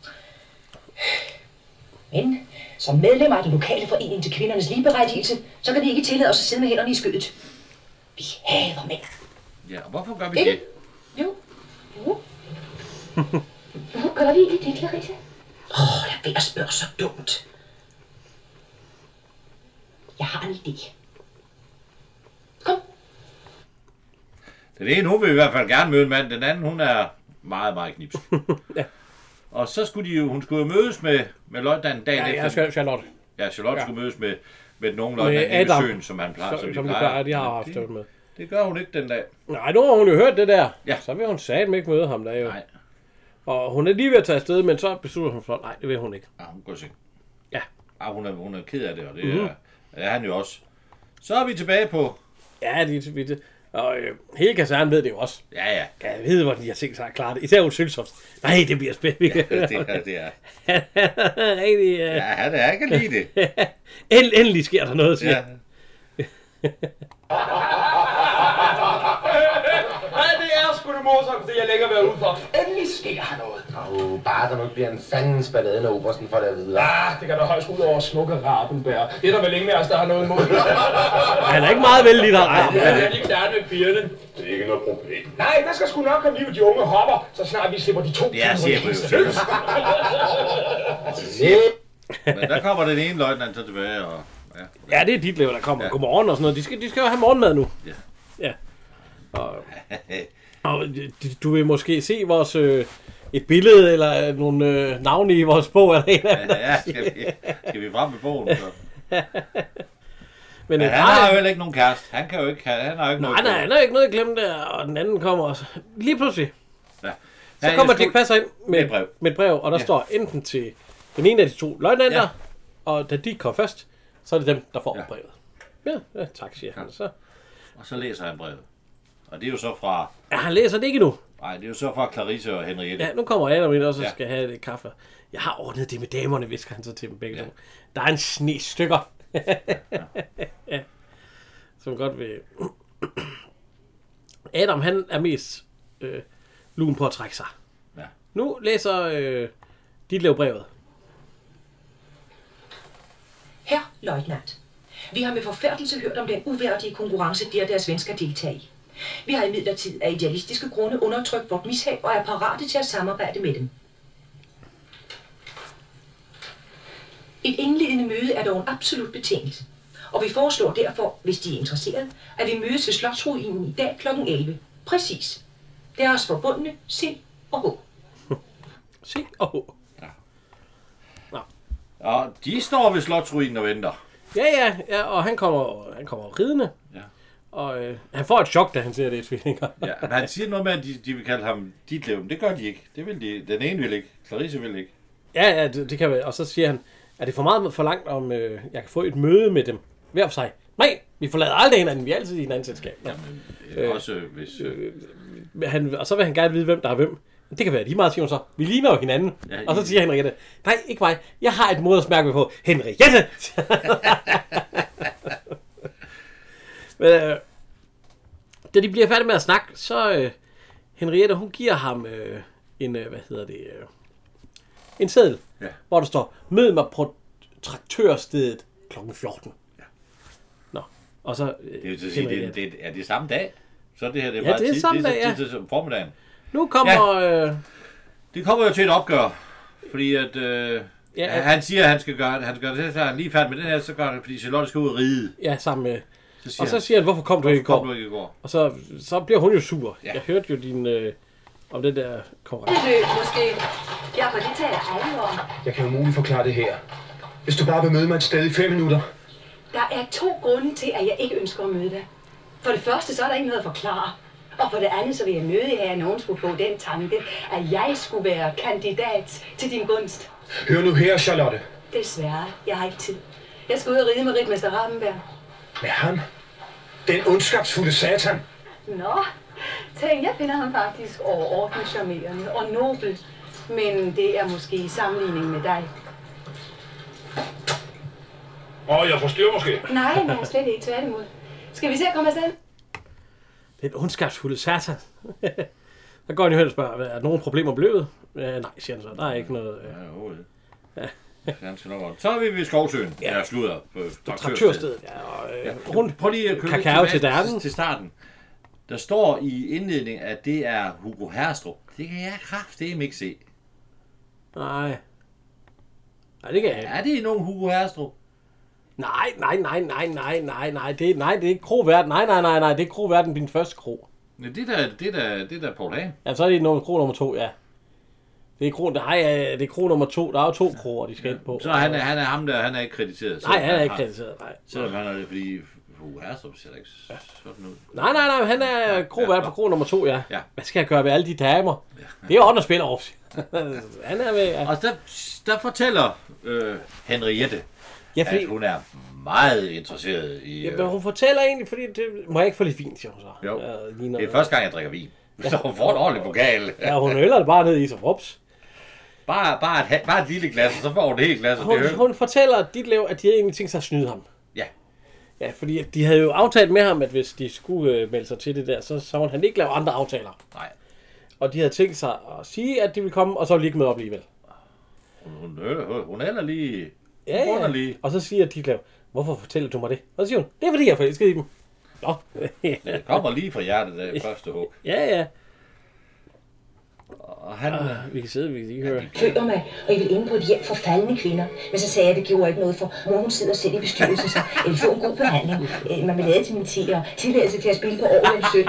S4: Men som medlemmer af den lokale forening til kvindernes ligeberettigelse, så kan vi ikke tillade os at sidde med hænderne i skødet. Vi hader mænd.
S3: Ja, og hvorfor gør vi det?
S4: Jo. Hvorfor gør vi ikke det, Clarissa? Jeg ved at spørge så dumt. Jeg har en idé. Kom.
S3: Den ene, hun vil i hvert fald gerne møde en mand. Den anden, hun er meget, meget knips. Ja. Og så skulle hun skulle mødes med løjtnanten dagen efter.
S2: Ja, Charlotte.
S3: Ja, Charlotte skulle mødes med den unge løjtnant i Søen, som han plejer.
S2: Som de plejer, de har haft det med.
S3: Det gør hun ikke den dag.
S2: Nej, nu har hun jo hørt det der.
S3: Ja.
S2: Så vil hun satme ikke møde ham der jo.
S3: Nej.
S2: Og hun er lige ved at tage afsted, men så beslutter hun for, nej, det vil hun ikke.
S3: Ja, hun går seng.
S2: Ja.
S3: Hun er ked af det, og det er han jo også. Så er vi tilbage på...
S2: Ja, og hele kasernen ved det jo også.
S3: Ja.
S2: Jeg ved, hvordan de har tænkt sig at klare det. Især hun Søltoft. Nej, det bliver spændende.
S3: Ja, det er.
S2: Rigtig...
S3: Ja, han er ikke lige det.
S2: Endelig sker der noget, siger
S8: det er sgu det morsomt, det jeg længere været ude for.
S4: Endelig sker her noget.
S9: Bare der nu bliver en fandens ballade, når obersten får det at vide.
S8: Det kan da højst ud over smukke Rabenbær. Det er der vel ingen af os, der har noget imod.
S2: Han er ikke meget vældig der.
S8: Nej, det er ikke der med pigerne.
S9: Det er ikke noget problem.
S8: Nej, der skal sgu nok komme liv de unge hopper, så snart vi slipper de 2
S3: Det er chefen jo. Men der kommer den ene løjtnant så tilbage, og...
S2: Ja, det er dit lever, der kommer. Ja. Godmorgen og sådan noget. De skal jo have morgenmad nu. Ja. Og du vil måske se vores et billede eller nogle navne i vores bog eller en af dem.
S3: Ja, skal vi frem med bogen så?
S2: Men
S3: han har jo heller ikke nogen kæreste. Han kan jo ikke, han har jo ikke noget.
S2: Nej, han har ikke noget at glemme der, og den anden kommer også. Lige pludselig.
S3: Ja.
S2: Så kommer Dirch Passer ind med et brev, og der står enten til den ene af de 2 løjtnanter, og da de kommer først, så er det dem, der får brevet. Ja, tak, siger han. Så.
S3: Og så læser han brevet. Og det er jo så fra...
S2: Ja, han læser det ikke nu.
S3: Nej, det er jo så fra Clarisse og Henriette.
S2: Ja, nu kommer Adam ind og så skal have lidt kaffe. Jeg har ordnet det med damerne, visker han så til dem begge to. Der er en sne stykker. Ja. Som godt vil... Adam, han er mest lun på at trække sig.
S3: Ja.
S2: Nu læser Ditlev brevet.
S10: Herr løjtnant, vi har med forfærdelse hørt om den uværdige konkurrence, de og deres ven skal deltage i. Vi har imidlertid af idealistiske grunde undertrykt vort mishag og er parate til at samarbejde med dem. Et indledende møde er dog en absolut betingelse, og vi foreslår derfor, hvis de er interesseret, at vi mødes ved Slotsruinen i dag kl. 11. Præcis. Deres forbundne C og H.
S2: C og H.
S3: Og de står ved Slotsruinen og venter.
S2: Ja, og han kommer ridende.
S3: Ja.
S2: Og han får et chok, da han ser det, tvillinger.
S3: Ja, men han siger noget med, at de vil kalde ham Ditlev. Det gør de ikke. Det vil de. Den ene vil ikke. Clarisse vil ikke.
S2: Ja, det kan være. Og så siger han, er det for meget for langt, om jeg kan få et møde med dem hver for sig? Nej, vi forlader aldrig hinanden. Vi er altid i hinandens selskab.
S3: Jamen, også hvis...
S2: Og så vil han gerne vide, hvem der er hvem. Det kan være lige meget, siger hun så. Vi ligner jo hinanden. Ja, og så siger Henriette, nej, ikke mig. Jeg har et modersmærke på. Henriette! Men da de bliver færdige med at snakke, så Henriette, hun giver ham en seddel, hvor der står, mød mig på traktørstedet kl. 14. Ja. Nå, og så...
S3: det vil sige, det er det samme dag. Så det her, det er
S2: ja, det er samme dag, ja.
S3: Til formiddagen.
S2: Nu kommer...
S3: det kommer jo til et opgør, fordi at... han siger, at han skal gøre det, så er han lige færdig med den her, så gør han, fordi Charlotte skal ud og ride.
S2: Ja, sammen med... Og så siger han, hvorfor kom du ikke i går? Og så bliver hun jo sur. Ja. Jeg hørte jo din... om det der konkurrence.
S10: Det er måske... Ja, for det tager alle om.
S8: Jeg kan jo muligt forklare det her. Hvis du bare vil møde mig et sted i 5 minutter.
S10: Der er 2 grunde til, at jeg ikke ønsker at møde dig. For det første, så er der ikke noget at forklare. Og for det andet, så vil jeg møde jer, at nogen skulle få den tanke, at jeg skulle være kandidat til din gunst.
S8: Hør nu her, Charlotte.
S10: Desværre, jeg har ikke tid. Jeg skal ud og ride med Ritmester Rabenberg.
S8: Med ham? Den ondskabsfulde satan?
S10: Nå, tænk, jeg finder ham faktisk overordnet charmerende og nobel. Men det er måske i sammenligning med dig.
S5: Jeg forstyrrer måske.
S10: Nej, slet ikke, tværtimod. Skal vi se at komme afsted?
S2: Det er en ondskabsfulde satan. Så går han jo hen og spørger, er der nogen problemer blevet? Nej, siger han så. Der er ikke noget...
S3: Så er vi ved Skovsøen. Ja, slutter på
S2: traktørstedet.
S3: Prøv lige at købe
S2: kakao
S3: til starten. Der står i indledningen, at det er Hugo Herstrup. Det kan jeg kraftedeme ikke se.
S2: Nej, det kan jeg ikke.
S3: Er det nogen Hugo Herstrup?
S2: Nej. Det er ikke Kroverden. Nej. Det er Kroverden, din første kro.
S3: Ja, det er der Paul Hagen.
S2: Ja, så er det kro nummer 2, ja. Det er kro nummer 2. Der er jo 2 kroer, de skal ind på.
S3: Så han er ham der, han er ikke krediteret.
S2: Nej, han er ikke krediteret, nej.
S3: Selvom han er det, fordi Hugo Herstrup ser ikke sådan ud.
S2: Nej, han er Kroverden på kro nummer 2, ja. Hvad skal jeg gøre ved alle de damer? Det er jo andre spiller op. Han er med, ja.
S3: Og der fortæller Henriette, at hun er meget interesseret i...
S2: Ja, men hun fortæller egentlig, fordi det må jeg ikke få lidt fint, siger hun så.
S3: Jo, det er første gang, jeg drikker vin. Så hun får en ordentlig pokal.
S2: Ja, hun øller det bare ned i sig, rups.
S3: Bare et lille glas, og så får hun det hele glas.
S2: Hun fortæller Ditlev, at de havde egentlig tænkt sig at snyde ham.
S3: Ja.
S2: Ja, fordi de havde jo aftalt med ham, at hvis de skulle melde sig til det der, så måtte han ikke lave andre aftaler.
S3: Nej.
S2: Og de havde tænkt sig at sige, at de ville komme, og så ville de ikke med op alligevel.
S3: Hun er lige...
S2: Ja. Og så siger Ditlev, hvorfor fortæller du mig det? Og så siger hun, det er fordi, jeg er forelsket i dem. Nå.
S3: Det kommer lige fra hjertet af første hug.
S2: Ja.
S3: Og han...
S2: vi kan sidde, vi kan lige høre.
S10: Køber mig, og jeg vil ind på et hjem for faldende kvinder. Men så sagde jeg, at det gjorde ikke noget, for mor hun sidder selv i bestyrelsen, så jeg vil få en god behandling. Man vil lade til min tid og tilladelse til at spille på Aarhus Søn.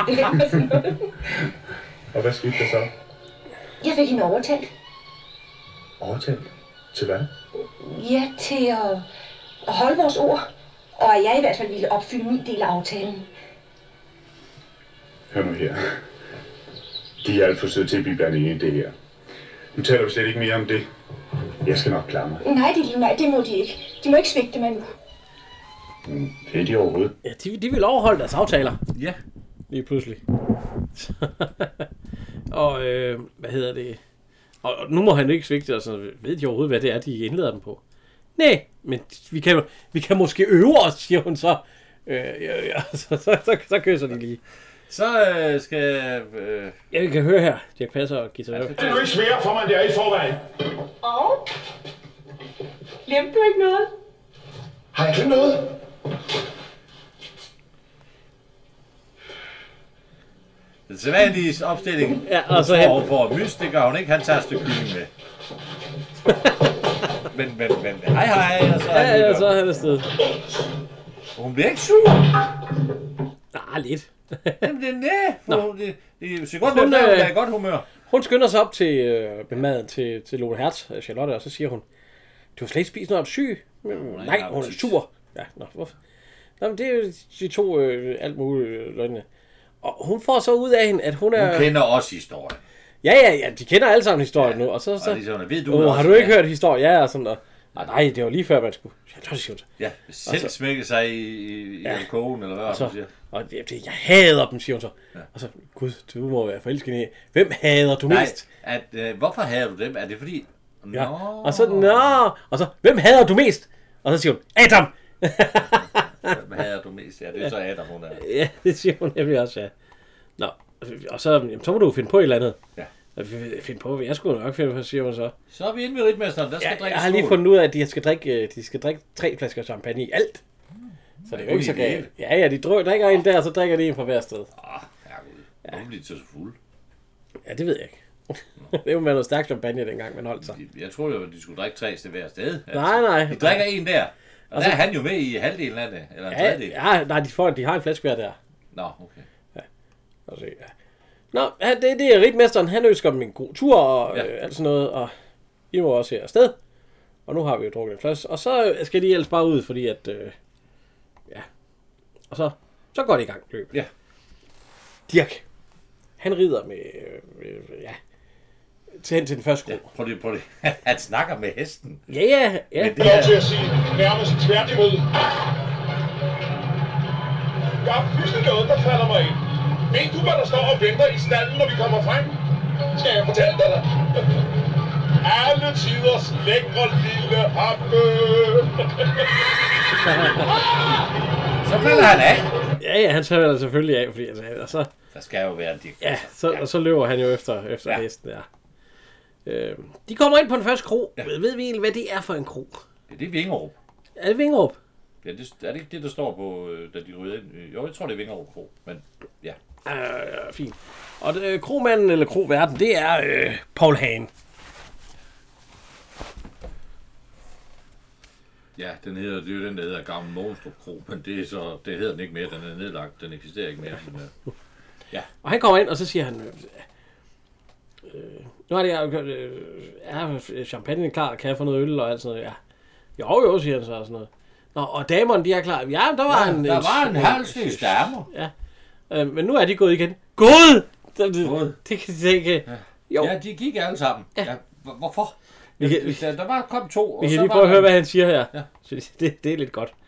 S6: Og hvad skete der så?
S10: Jeg fik hende overtalt.
S6: Overtalt? Til hvad?
S10: Ja, til at og holde vores ord, og at jeg i hvert fald ville opfylde min del af aftalen.
S6: Hør nu her. De er alt for søde til at blive blandet ind i det her. Nu taler vi slet ikke mere om det. Jeg skal nok klare mig.
S10: Nej, det må de ikke. De må ikke svigte mig nu.
S6: Det er de overhovedet.
S2: Ja, de vil overholde deres aftaler.
S3: Ja.
S2: Lige pludselig. Og hvad hedder det? Og nu må han ikke svigte, og så ved de overhovedet, hvad det er, de indleder dem på. Nej, men vi kan måske øve os, siger hun så. Så kysser de lige.
S3: Så skal...
S2: Ja, vi kan høre her. Dirch Passer og Gita Nørby.
S8: Det er jo ikke svært for mig, det er i forvejen.
S10: Og? Glemte du ikke noget?
S9: Har jeg glemt noget?
S3: Den sædvanlige opstilling.
S2: Ja, og så
S3: hen. For mys, det gør hun ikke. Han tager et stykke kylling med. men hej, og så
S2: ja, så er han afsted.
S3: Hun bliver ikke sur.
S2: Nej, lidt.
S3: Jamen, det er det ser godt, hun er i godt humør.
S2: Hun skynder sig op til maden til Lone Hertz, Charlotte, og så siger hun, du har slet ikke spist noget syg. Nej, hun er sur. Ja, hvorfor? Nå, men det er jo de to alt muligt løgne. Og hun får så ud af hende, at hun er...
S3: Hun kender også historien.
S2: Ja, de kender alle sammen historien nu. Og så
S3: ligesom, ved du
S2: har du ikke hørt historien? Ja, og sådan der. Nej, det var lige før, man skulle... Ja, det var det.
S3: Ja, selv smække sig i alkoholen, eller hvad
S2: og så,
S3: hun siger.
S2: Og jeg hader dem, siger hun så. Ja. Og så, gud, du må være forelsket i. Hvem hader du mest?
S3: Hvorfor hader du dem? Er det fordi...
S2: Ja. Og så, hvem hader du mest? Og så siger hun, Adam!
S3: Hvem hader du mest? Ja, det er så Adam, hun er.
S2: Ja, det siger hun nemlig også, ja. Nå, og så må du finde på et eller andet. Ja. Finde på, jeg skulle nok finde på, siger hun så.
S3: Så er vi inde ved ritmesteren, der skal drikke.
S2: Jeg har lige fundet ud af, at de skal drikke 3 flasker champagne i alt. Så det er jo ikke så galt. Ja, de drikker en der, og så drikker de en fra hver sted.
S3: Herregud. Ja. Nu bliver de så fuld.
S2: Ja, det ved jeg ikke. Det var med noget stærk champagne, dengang man holdt sig.
S3: Jeg troede jo, at de skulle drikke 3 til hver sted.
S2: Nej.
S3: De drikker en der. Og der er han jo med i halvdelen af det, eller en tredjedel.
S2: Ja, nej, de har en flaske hver der.
S3: Nå, okay.
S2: Ja. Nå, det er ritmesteren. Han ønsker dem en god tur og alt sådan noget, og I må også her afsted. Og nu har vi jo drukket en flaske, og så skal de ellers bare ud, fordi at... Og så går det i gang løbet.
S3: Ja.
S2: Dirch, han rider med... til den første kro.
S3: Ja, prøv det. Han snakker med hesten.
S2: Ja.
S8: Det er lov til at sige, nærmest tværtimod. Der er pludselig noget, der falder mig ind. Ved du, hvad der står og venter i stallen, når vi kommer frem? Skal jeg fortælle dig det? Alle tiders lækre lille happe.
S3: Så falder han af.
S2: Ja, han falder selvfølgelig af, fordi så...
S3: Der skal jo være en dik.
S2: Ja, så løber han jo efter hesten der. De kommer ind på den første kro. Ja. Ved vi egentlig, hvad det er for en kro?
S3: Ja, det er Vingerup.
S2: Er det Vingerup?
S3: Ja, det er det ikke det, der står på, da de ryger ind? Jo, jeg tror, det er Vingerup Kro, men ja.
S2: Fint. Og kromanden eller kroværten, det er Paul Hagen.
S3: Ja, det er jo den, der hedder Gammel Mogenstrup Kro, men det hedder den ikke mere, den er nedlagt, den eksisterer ikke mere. Men, ja.
S2: Og han kommer ind, og så siger han, nu er det champagne klar, kan jeg få noget øl og alt sådan noget, ja. Jo, siger han så og sådan noget. Nå, og damerne, de er klar. Ja, der var en
S3: halvsnys damer.
S2: Ja. Men nu er de gået igen. Gået! Det kan de ikke.
S3: Jo. Ja, de gik alle sammen. Ja. Hvorfor? Der var kom 2.
S2: Vi kan lige prøve at høre, hvad han siger her. Ja. Så det er lidt godt.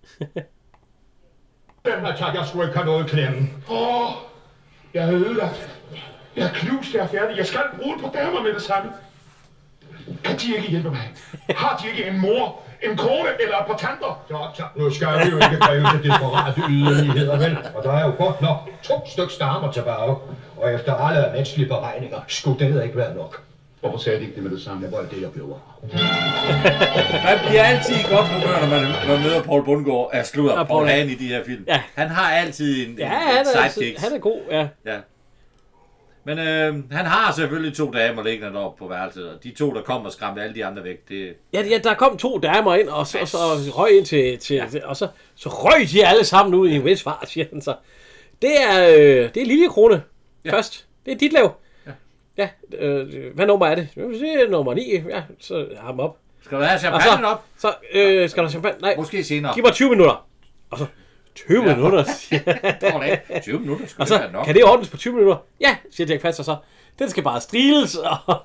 S8: Jeg skulle ikke have noget i klemmen. Jeg har ødelagt. Jeg er knust, jeg er færdig. Jeg skal bruge på damer med det samme. Kan de ikke hjælpe mig? Har de ikke en mor, en kone eller et par tanter?
S9: Så nu skal vi jo ikke drive til desperate yderligheder, vel? Og der er jo godt nok 2 stykker stammer tilbage. Og efter alle menneskelige beregninger, skulle det ikke være nok.
S8: Hvorfor sagde de ikke det med det samme?
S9: Det var det, jeg blev.
S3: Man bliver altid i godt humør, når man møder Poul Bundgaard. Paul Hagen i de her film. Ja. Han har altid en sidekick.
S2: Han er god, ja.
S3: Men han har selvfølgelig 2 damer liggende deroppe på værelset, og de 2, der kom og skræmte alle de andre væk, det...
S2: Ja, der kom 2 damer ind, og så røg ind til og så røg de alle sammen ud i en vis fart, siger han så. Det er Liljekrone først. Det er Ditlev. Ja, hvad nummer er det? Det er nummer 9, ja, så ham op.
S3: Skal du have champagne op?
S2: Så skal du have champagne? Nej.
S3: Måske senere.
S2: Giv mig 20 minutter. Og så 20 minutter, siger
S3: 20 minutter
S2: og så, kan det ordnes på 20 minutter? Ja, siger Dirch Passer så. Den skal bare striles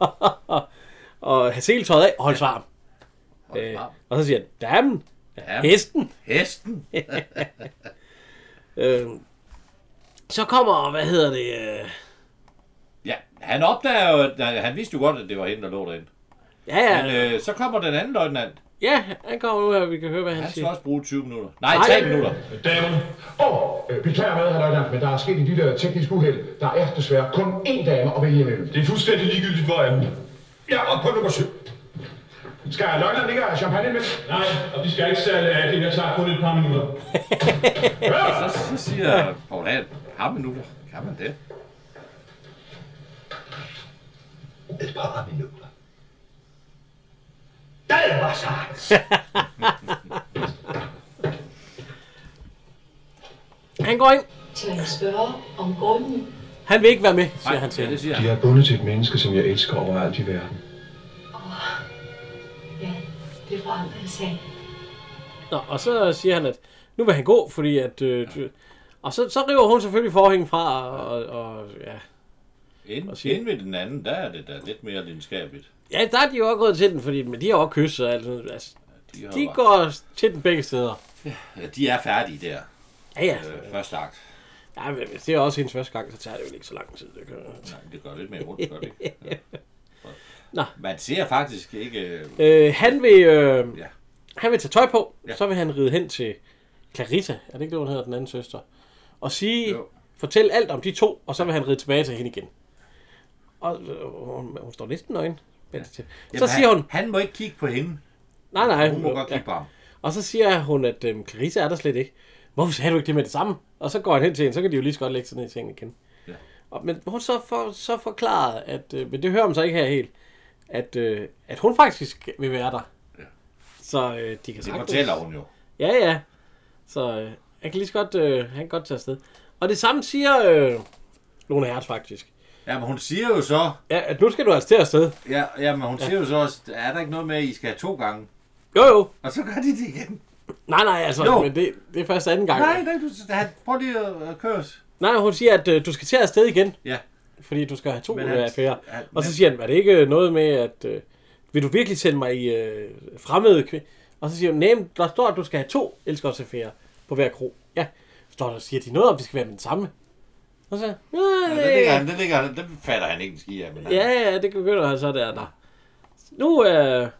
S2: og have seletøjet af og holde varm. Og så siger han, damen, hesten. Så kommer,
S3: Ja, han opdager jo, han vidste jo godt, at det var hende, der lå derinde.
S2: Ja.
S3: Men så kommer den anden løjtnant.
S2: Ja, han kommer nu her, vi kan høre, hvad han siger.
S3: Han skal også bruge 20 minutter. Nej, 3 minutter.
S8: Damerne. Beklager med, herr løjtnant, men der er sket et lille teknisk uheld. Der er desværre kun én dame at vælge imellem.
S5: Det er fuldstændig ligegyldigt, hvor er den.
S8: Ja, og på nummer 7. Skal løjtnant ikke have champagne med?
S5: Nej, og vi skal ikke særlig af det. Jeg tager kun et par minutter.
S3: Så siger Paul Hahn, par minutter. Kan man det?
S9: Et par minutter. Det var sagt.
S2: Han går ind.
S4: Skal jeg spørge om grunden?
S2: Han vil ikke være med, siger han til.
S3: Ja, det siger
S9: han. Jeg er bundet til et menneske, som jeg elsker overalt i verden.
S4: Ja, det forandrer sig.
S2: Nå, og så siger han, at nu vil han gå, fordi at... og så river hun selvfølgelig forhængen fra, og ja...
S3: Inden ved den anden, der er det da lidt mere lidenskabeligt.
S2: Ja, der er de jo også gået til den, fordi men de har også kysset og alt sådan noget. Altså, de går til den begge steder.
S3: Ja, de er færdige der.
S2: Ja.
S3: Første akt.
S2: Ja, men hvis det er også hendes første gang, så tager det jo ikke så lang tid.
S3: Nej, det gør lidt mere rundt, gør det ikke? Ja. Nå. Man ser faktisk ikke...
S2: Han vil tage tøj på, så vil han ride hen til Clarissa, er det ikke det, hun hedder, den anden søster, og fortælle alt om de to, og så vil han ride tilbage til hende igen. Og hun står næsten nøgen. Ja. Så siger hun...
S3: Han må ikke kigge på hende.
S2: Nej.
S3: Hun må godt kigge på ham.
S2: Og så siger hun, at Clarissa er der slet ikke. Hvorfor sagde du ikke det med det samme? Og så går han hen til hende, så kan de jo lige så godt lægge sig ned i sengen igen. Ja. Men hun så forklaret, at men det hører man så ikke her helt, at hun faktisk vil være der. Ja. Så de kan
S3: det fortæller hun jo.
S2: Ja. Så han kan lige så godt, han kan godt tage afsted. Og det samme siger Lone Hertz faktisk.
S3: Ja, men hun siger jo så...
S2: Ja, at nu skal du altså til afsted.
S3: Ja, men hun siger jo så også, er der ikke noget med, at I skal have 2 gange?
S2: Jo.
S3: Og så gør de det igen.
S2: Nej, altså, men det er først anden gang.
S3: Nej, prøv lige at køre os.
S2: Nej, hun siger, at du skal til afsted igen.
S3: Ja.
S2: Fordi du skal have 2 affærer. Og så siger han, er det ikke noget med, at vil du virkelig sende mig i fremmede kvinde? Og så siger hun, nej, der står, at du skal have 2 elskårsaffærer på hver kro. Ja, siger de noget om, vi skal være med den samme? Og så,
S3: det fatter han ikke en ski af.
S2: Ja, det begynder han så der. Nå. Nu
S8: Nå,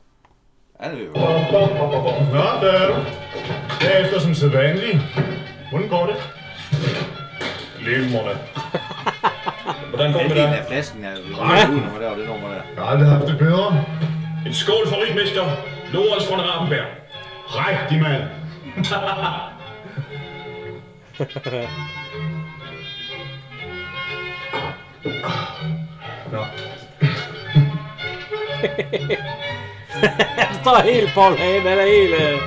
S8: der. Derefter som sædvanligt. Hvordan går det? Glimrende.
S3: Hvordan går det med dig? Af flasken er det nummer der.
S8: Jeg har aldrig haft det bedre.
S5: En skål for rigmester. Lorenz von Rabenberg.
S8: Rigtig mand.
S2: Nå. Han står helt Paul Hahn, han er helt...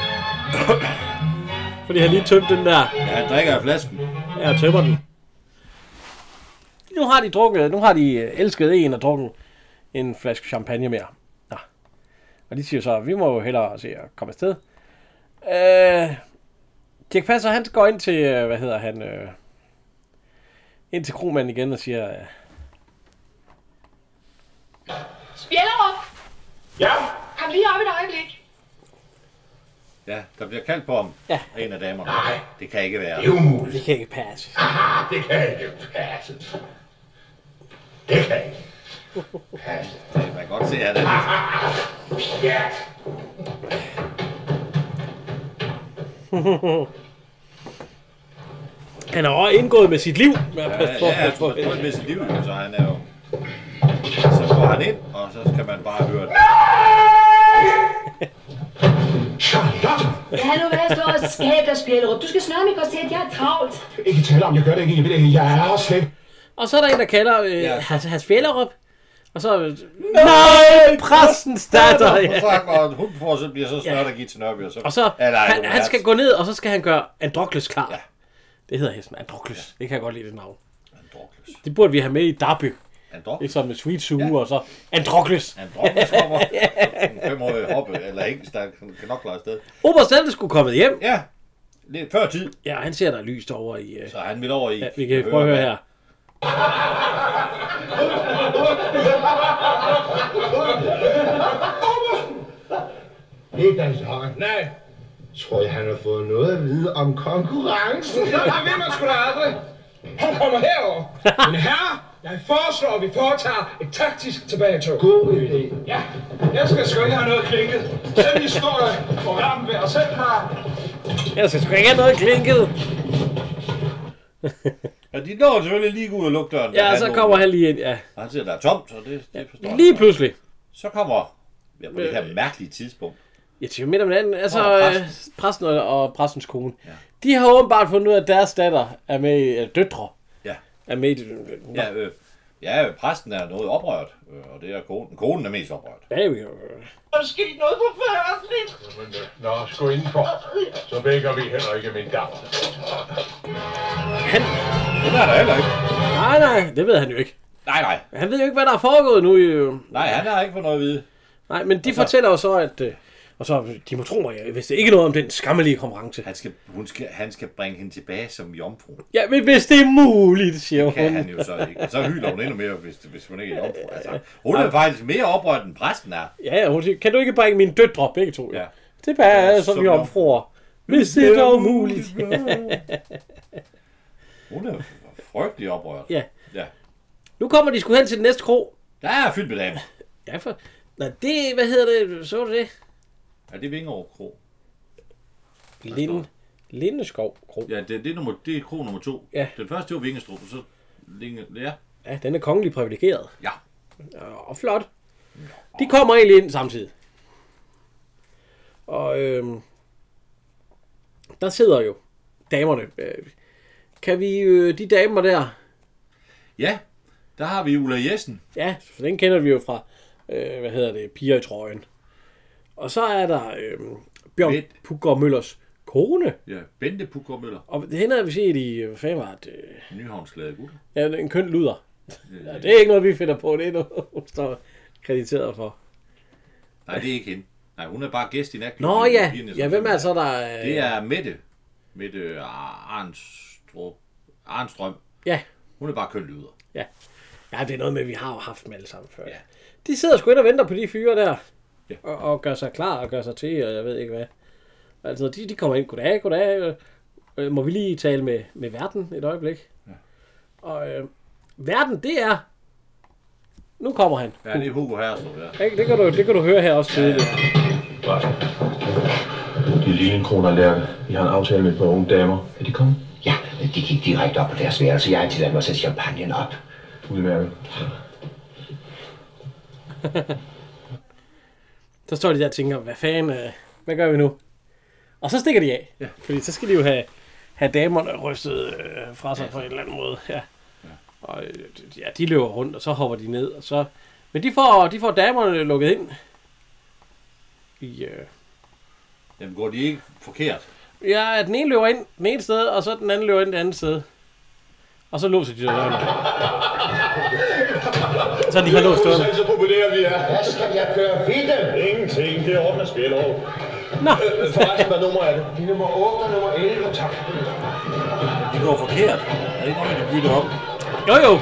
S2: Fordi han lige tømte den der.
S3: Ja, han drikker af flasken.
S2: Ja, og tømmer den. Nu har de elsket en og drukket en flaske champagne mere. Nå. Og de siger så, at vi må jo hellere se at komme afsted. Dirch Passer, han går ind til, ind til kromanden igen og siger...
S10: Spjellerup!
S8: Ja?
S10: Kom lige op et øjeblik.
S3: Ja, der bliver kaldt på ham. Ja. En af damerne.
S8: Nej.
S3: Det kan ikke være.
S8: Det er umuligt.
S2: Det kan ikke passe.
S8: Aha, det kan ikke passe. Det kan ikke passe.
S3: Det kan man godt se, at det er
S8: ja.
S2: Han har også indgået med sit liv.
S3: Med sit liv, så han er jo... Så går han ind, og så skal man bare høre det.
S8: Charlotte!
S10: Jeg har nu været stå og skab dig, Spjellerup. Du skal snart mig godt se, at jeg er travlt.
S8: Ikke tale om, jeg gør det ikke. Jeg ved det, jeg er slet.
S2: Og så er der en, der kalder Hans Spjellerup. Og så... Nej, præstens datter!
S3: Og hun bliver så snart at give til Nørby.
S2: Og så han skal gå ned, og så skal han gøre Androkles klar. Ja. Det hedder hesten Androkles. Det kan jeg godt lide, det navn.
S3: Androkles.
S2: Det burde vi have med i Darby. Ikke som med Sweet Sue og så Androkles.
S3: Androkles kommer. En 5-årig hoppe, eller engelsk, der knokler afsted.
S2: Oberst Sande skulle komme hjem.
S3: Ja, lidt før tid.
S2: Ja, han ser der lyst over i...
S3: Så han vil over i...
S2: Ja, vi kan prøve at høre her.
S8: Ikke hans hånd. Nej. Tror jeg, han har fået noget at vide om konkurrencen?
S9: Nå, der vil man sgu da aldrig. Han kommer herover. Men herre, jeg foreslår, at vi foretager et taktisk tilbagetog.
S8: God idé.
S9: Ja, jeg skal sgu ikke have noget klinket. Selv historie for rammen ved os selv klar.
S2: Jeg skal sgu ikke have noget klinket.
S3: Ja, de når selvfølgelig lige ud og lukke døren.
S2: Ja, så kommer han lige ind, ja.
S3: Og han siger, der er tomt, så det forstår
S2: lige pludselig.
S3: Så kommer... Ja, på det her mærkelige tidspunkt.
S2: Jeg tænker midt om den anden. Altså, præsten og præstens kone. Ja. De har åbenbart fundet ud af, at deres datter er med, døtre.
S3: Ja.
S2: Er med i
S3: ja, præsten er noget oprørt, og det er konen. Konen er mest oprørt.
S2: Ja, vi kan
S8: Er der sket noget forfærdeligt? Nå, sgu indenfor. Så vækker vi heller ikke min datter.
S3: Det er der heller ikke.
S2: Nej, det ved han jo ikke.
S3: Nej.
S2: Han ved jo ikke, hvad der er foregået nu.
S3: Nej, han har ikke fået noget at vide.
S2: Nej, men de fortæller jo så, at... Og så, de må tro mig, jeg vidste ikke noget om den skammelige konkurrence.
S3: Han skal bringe hende tilbage som jomfru.
S2: Ja, men hvis det er muligt, siger hun.
S3: Det kan han jo så ikke. Og så hylder hun endnu mere, hvis hun ikke er jomfru. Altså, hun er faktisk mere oprørt, end præsten er.
S2: Ja, hun siger, kan du ikke bringe mine døtre, begge to?
S3: Ja.
S2: Tilbage som jomfruer. Hvis det er dog muligt.
S3: Hun er frygtelig oprørt.
S2: Ja. Nu kommer de sgu hen til den næste kro.
S3: Der er fyldt med damer.
S2: Ja, for... Nej, det... Hvad hedder det? Så du det?
S3: Ja, det er Vingerup Kro.
S2: Lindeskov Kro.
S3: Ja, det er kro nummer 2.
S2: Ja.
S3: Den første var Vingestrup, og så...
S2: Ja, den er kongeligt privilegeret.
S3: Ja.
S2: Og flot. De kommer egentlig ind samtidig. Og der sidder jo damerne. Kan vi de damer der?
S3: Ja, der har vi Ulla Jessen.
S2: Ja, for den kender vi jo fra, Piger i trøjen. Og så er der Bjørn Puggaard Møllers kone.
S3: Ja, Bente Puggaard Møller.
S2: Og hende havde vi set i, hvad fanden var det?
S3: Nyhavnsglade Guld.
S2: Ja, en køn luder. Ja, det er ikke noget, vi finder på. Det er noget, hun står krediteret for.
S3: Nej, det er ikke hende. Nej, hun er bare gæst i natklubben.
S2: Nå ja, ja, hvem er så der?
S3: Det er Mette Arnstrøm.
S2: Ja.
S3: Hun er bare køn luder.
S2: Ja. Ja, det er noget med, vi har jo haft dem alle sammen før.
S3: Ja.
S2: De sidder sgu ind og venter på de fyre der.
S3: Ja.
S2: Og gør sig klar og gør sig til, og jeg ved ikke hvad. Altså, de kommer ind. Goddag. Må vi lige tale med verden et øjeblik? Ja. Og verden, det er... Nu kommer han.
S3: Ja, det er Hugo Herstrup, ja.
S2: Det kan du høre her også tydeligt.
S7: Godt. De Lillenkroner lærte. Vi har en aftale med et par unge damer. Er de kommet?
S11: Ja, de gik direkte op på deres værelse. Jeg har tilladt mig at sætte champagnen op.
S7: Udmærket.
S2: Så står de der og tænker, hvad fanden, hvad gør vi nu? Og så stikker de af. Ja. Fordi så skal de jo have damerne rystet fra sig på en eller anden måde. Ja. Og ja, de løber rundt, og så hopper de ned. Og så... Men de får damerne lukket ind.
S3: Jamen går de ikke forkert?
S2: Ja, den ene løber ind den ene sted, og så den anden løber ind det andet sted. Og så låser de døren. Så de har låst døren.
S8: Så populære vi er.
S11: Hvad skal jeg gøre ved det?
S8: Ingenting, det er ordnet spil over.
S2: Nå.
S8: Forresten, hvad nummer er det? De nummer 8 og nummer 11, tak.
S3: De går forkert. Er det ikke noget, de bytter op?
S2: Jo.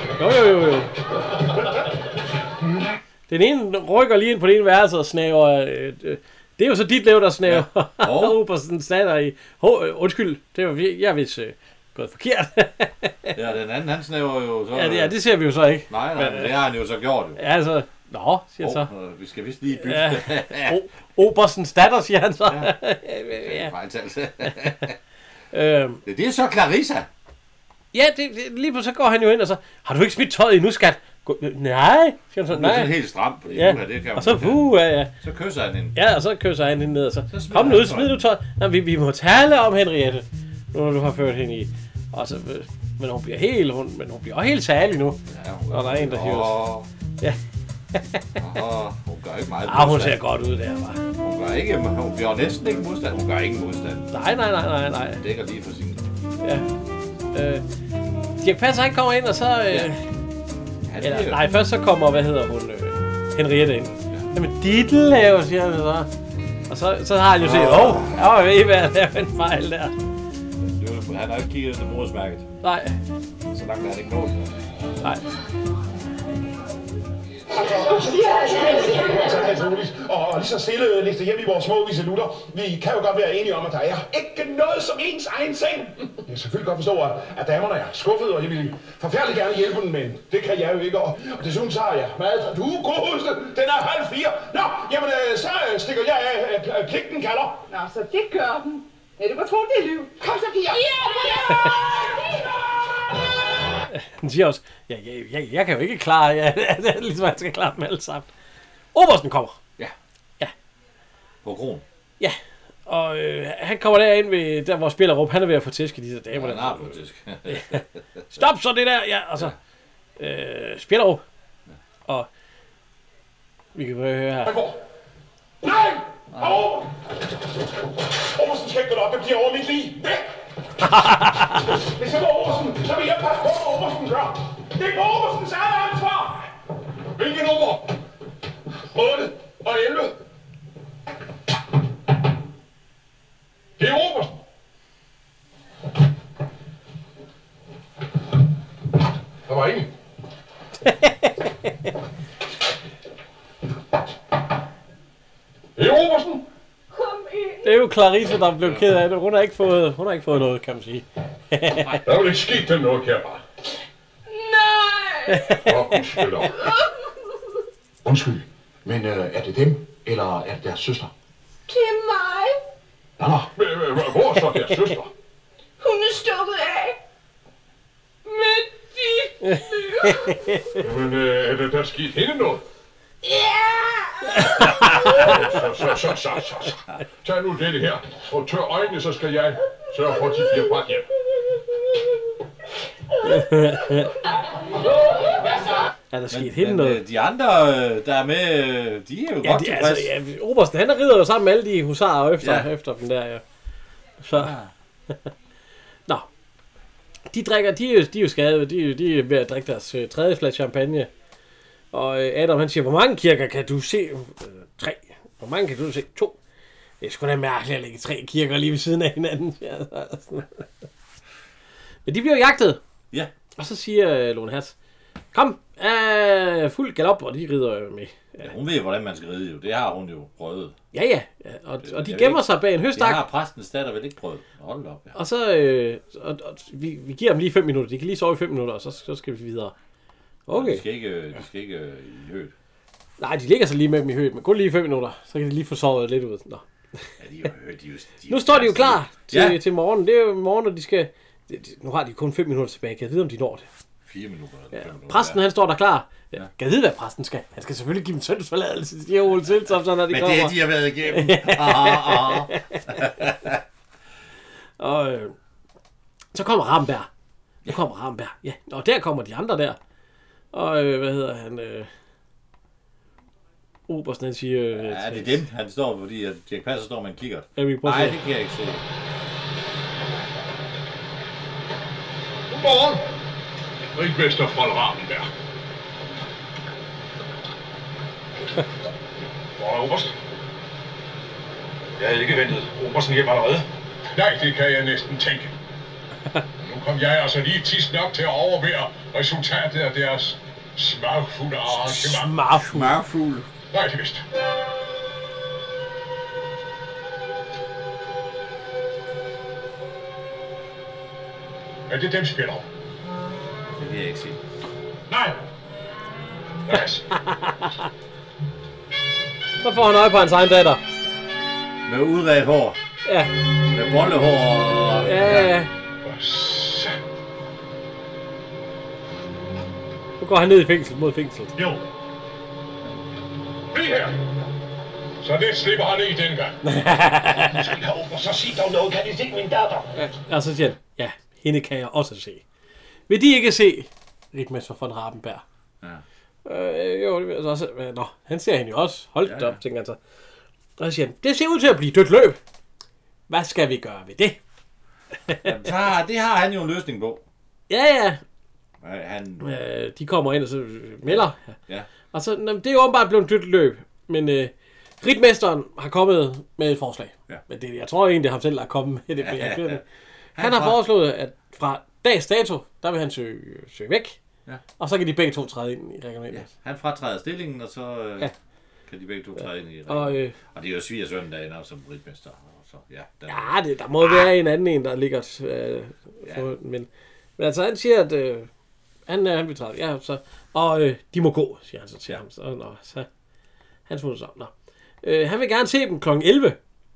S2: Den ene rykker lige ind på det ene værelse og snaver... det er jo så dit lev, der snaver. Ja. På sådan en statter i... Undskyld, det var jeg vist gået forkert.
S3: Ja, den anden, han snaver jo så...
S2: Ja, det ser vi jo så ikke.
S3: Nej, det har han jo så gjort jo.
S2: Ja, altså... Nå, siger så.
S3: Vi skal vist lige bytte.
S2: Ja. Oberstens datter, siger han så.
S3: Ja. Fejltagelse. Det er så Clarissa.
S2: Ja, lige på så går han jo ind og så... Har du ikke smidt tøjet i nu, skat? Nej, siger han så. Nej.
S3: Det er helt stramt, fordi
S2: ja.
S3: Nu her, det kan
S2: og så ja.
S3: Så kysser han hende.
S2: Ja, og så kysser han hende ned, og så kom nu ud, smid nu tøjet. Nej, vi må tale om Henriette, nu når du har ført hende i. Og så, men hun bliver hun bliver helt særlig nu. Ja, og der er en, der hiver. Ja.
S3: Hun gør ikke meget
S2: modstand. Hun ser godt ud der, var.
S3: Hun gør næsten ikke modstand. Hun gør ingen modstand.
S2: Nej.
S3: Hun dækker lige for sin...
S2: Ja. Dirch Passer, han kommer ind, og så... Eller, nej, først så kommer, hvad hedder hun, Henriette ind. Jamen, Ditlev, siger han så. Og så har han jo set, jeg ved hvad, der er en fejl der.
S3: Han har ikke kigget efter modersmærket.
S2: Nej.
S3: Så langt er han ikke nået.
S2: Nej.
S8: Og lige så stille læste hjem i vores små viselutter. Vi kan jo godt være enige om, at der er ikke noget som ens egen seng. Jeg kan selvfølgelig godt forstå, at damerne er skuffede, og jeg vil forfærdeligt gerne hjælpe dem, men det kan jeg jo ikke. Og desuden så har jeg mad. Du er godeste, den er 3:30. Nå, jamen så stikker jeg af. Pligten kalder.
S12: Nå, så det gør den. Ja, du kan tro, det er liv.
S8: Kom så, piger!
S2: Han siger også, jeg kan jo ikke klare, det er ligesom, han skal klare dem alle sammen. Obersten kommer. Ja.
S3: På kronen.
S2: Ja, og han kommer derind ved, der hvor Spillerup, han er ved at få tæsk i disse damer.
S3: Han har fået tæsk.
S2: Stop så det der, ja, og så Spillerup. Og vi kan prøve at høre her.
S8: Nej! Obersten skal ikke gå op, det bliver over mit liv. Væk! Hvis jeg var Obersten, så vil jeg passe på, hvad Obersten gør. Det er Oberstens eget ansvar. Hvilke nummer? 8 og 11. Det er Obersten. Der var ingen. Det er Obersten.
S2: Det er jo Clarisse, der blev ked af det. Hun har ikke fået noget, kan man sige.
S8: Der er jo ikke sket dem noget, kære barn.
S12: Nej!
S9: Undskyld, men er det dem, eller er det deres søster?
S12: Det er mig.
S9: Nå.
S8: Hvor er så deres søster?
S12: Hun er stukket af. Med de fyre.
S8: Men er det der sket hende noget?
S12: Ja!
S8: Så. Tag nu dette her, og tør øjnene, så skal jeg sørge for, at de bliver bragt hjem.
S2: Er der sket hende noget?
S3: De andre, der er med, de er jo godt tilfredse.
S2: Obersten, han rider jo sammen med alle de husarer efter den der, ja. Så. Nå. De drikker, de er jo skadet, de er ved at drikke deres tredje flaske champagne. Og Adam, han siger, hvor mange kirker kan du se? 3. Hvor mange kan du se? 2. Det er sgu da mærkeligt at lægge 3 kirker lige ved siden af hinanden. Men de bliver jagtet.
S3: Ja. Og
S2: så siger Lone Hertz, kom, fuld galop, og de rider med.
S3: Ja, hun ved, hvordan man skal ride jo. Det har hun jo prøvet.
S2: Ja. Og de gemmer sig bag en høstak.
S3: Det har præstens datter vel ikke prøvet. Hold op, ja.
S2: Og så vi giver dem lige 5 minutter. De kan lige sove i 5 minutter, og så skal vi videre. Okay.
S3: De skal ikke i høet.
S2: Nej, de ligger så lige med dem i høet, men kun lige 5 minutter. Så kan de lige få sovet lidt ud. Nå.
S3: Ja, de er jo
S2: nu står de jo klar til morgenen. Det er jo morgen, og de skal... Nu har de kun 5 minutter tilbage. Kan jeg vide, om de når det?
S3: 4 minutter.
S2: Ja. Præsten, han står der klar. Ja. Kan jeg vide, hvad præsten skal? Han skal selvfølgelig give dem søndagsforladelse. De har Ole Tiltoft, så når de kommer.
S3: Men det, de har været igennem.
S2: Og så kommer Ramberg. Ja, og der kommer de andre der. Og hvad hedder han? Obersten, han siger...
S3: Ja, det er dem, han står, fordi at Dirch Passer står med en kikkert.
S2: Nej,
S3: det kan jeg ikke se.
S8: Godmorgen. Rigmester fra Rabenberg. Hvor er Obersten? Jeg havde ikke ventet Obersten hjem allerede. Nej, det kan jeg næsten tænke. Nu kom jeg altså lige tids nok til at overvære resultatet af deres smagfulde arrangement.
S3: Smagfulde?
S8: Nej, det er vist. Er det dem spiller?
S3: Det kan jeg ikke se.
S8: Nej! Yes.
S2: Så får han øje på hans egen datter.
S3: Med udredt hår.
S2: Ja.
S3: Med bollehår og...
S2: Ja. Nu går han ned i fængsel mod fængslet.
S8: Jo. Bliv her! Så det slipper han ikke den gang.
S9: Måske har Oberst så sig dog noget, kan de se min datter?
S2: Ja, og så siger han, ja, hende kan jeg også se. Vil de ikke se Rigmester von Rabenberg? Ja. Jo, det vil jeg også. Nå, han ser hende jo også. Hold op, tænker han så. Og så siger han, det ser ud til at blive dødt løb. Hvad skal vi gøre ved det?
S3: Jamen, det har han jo en løsning på.
S2: Ja.
S3: Han...
S2: De kommer ind og så melder.
S3: Ja.
S2: Og så, det er jo åbenbart blevet et dyrt løb. Men ritmesteren har kommet med et forslag.
S3: Ja.
S2: Men det, jeg tror egentlig, at han selv er kommet med det. Han har foreslået, at fra dags dato, der vil han søge væk. Ja. Og så kan de begge to træde ind i regimentet.
S3: Ja. Han fratræder stillingen, og så kan de begge to træde ind i regimentet. Og det er jo svigersønnen, der ender som ritmester. Så,
S2: der må være en anden der ligger men altså han siger, at han vil træde. Ja, så, og de må gå, siger han så til ham. Så han smutter så. Han vil gerne se dem kl. 11.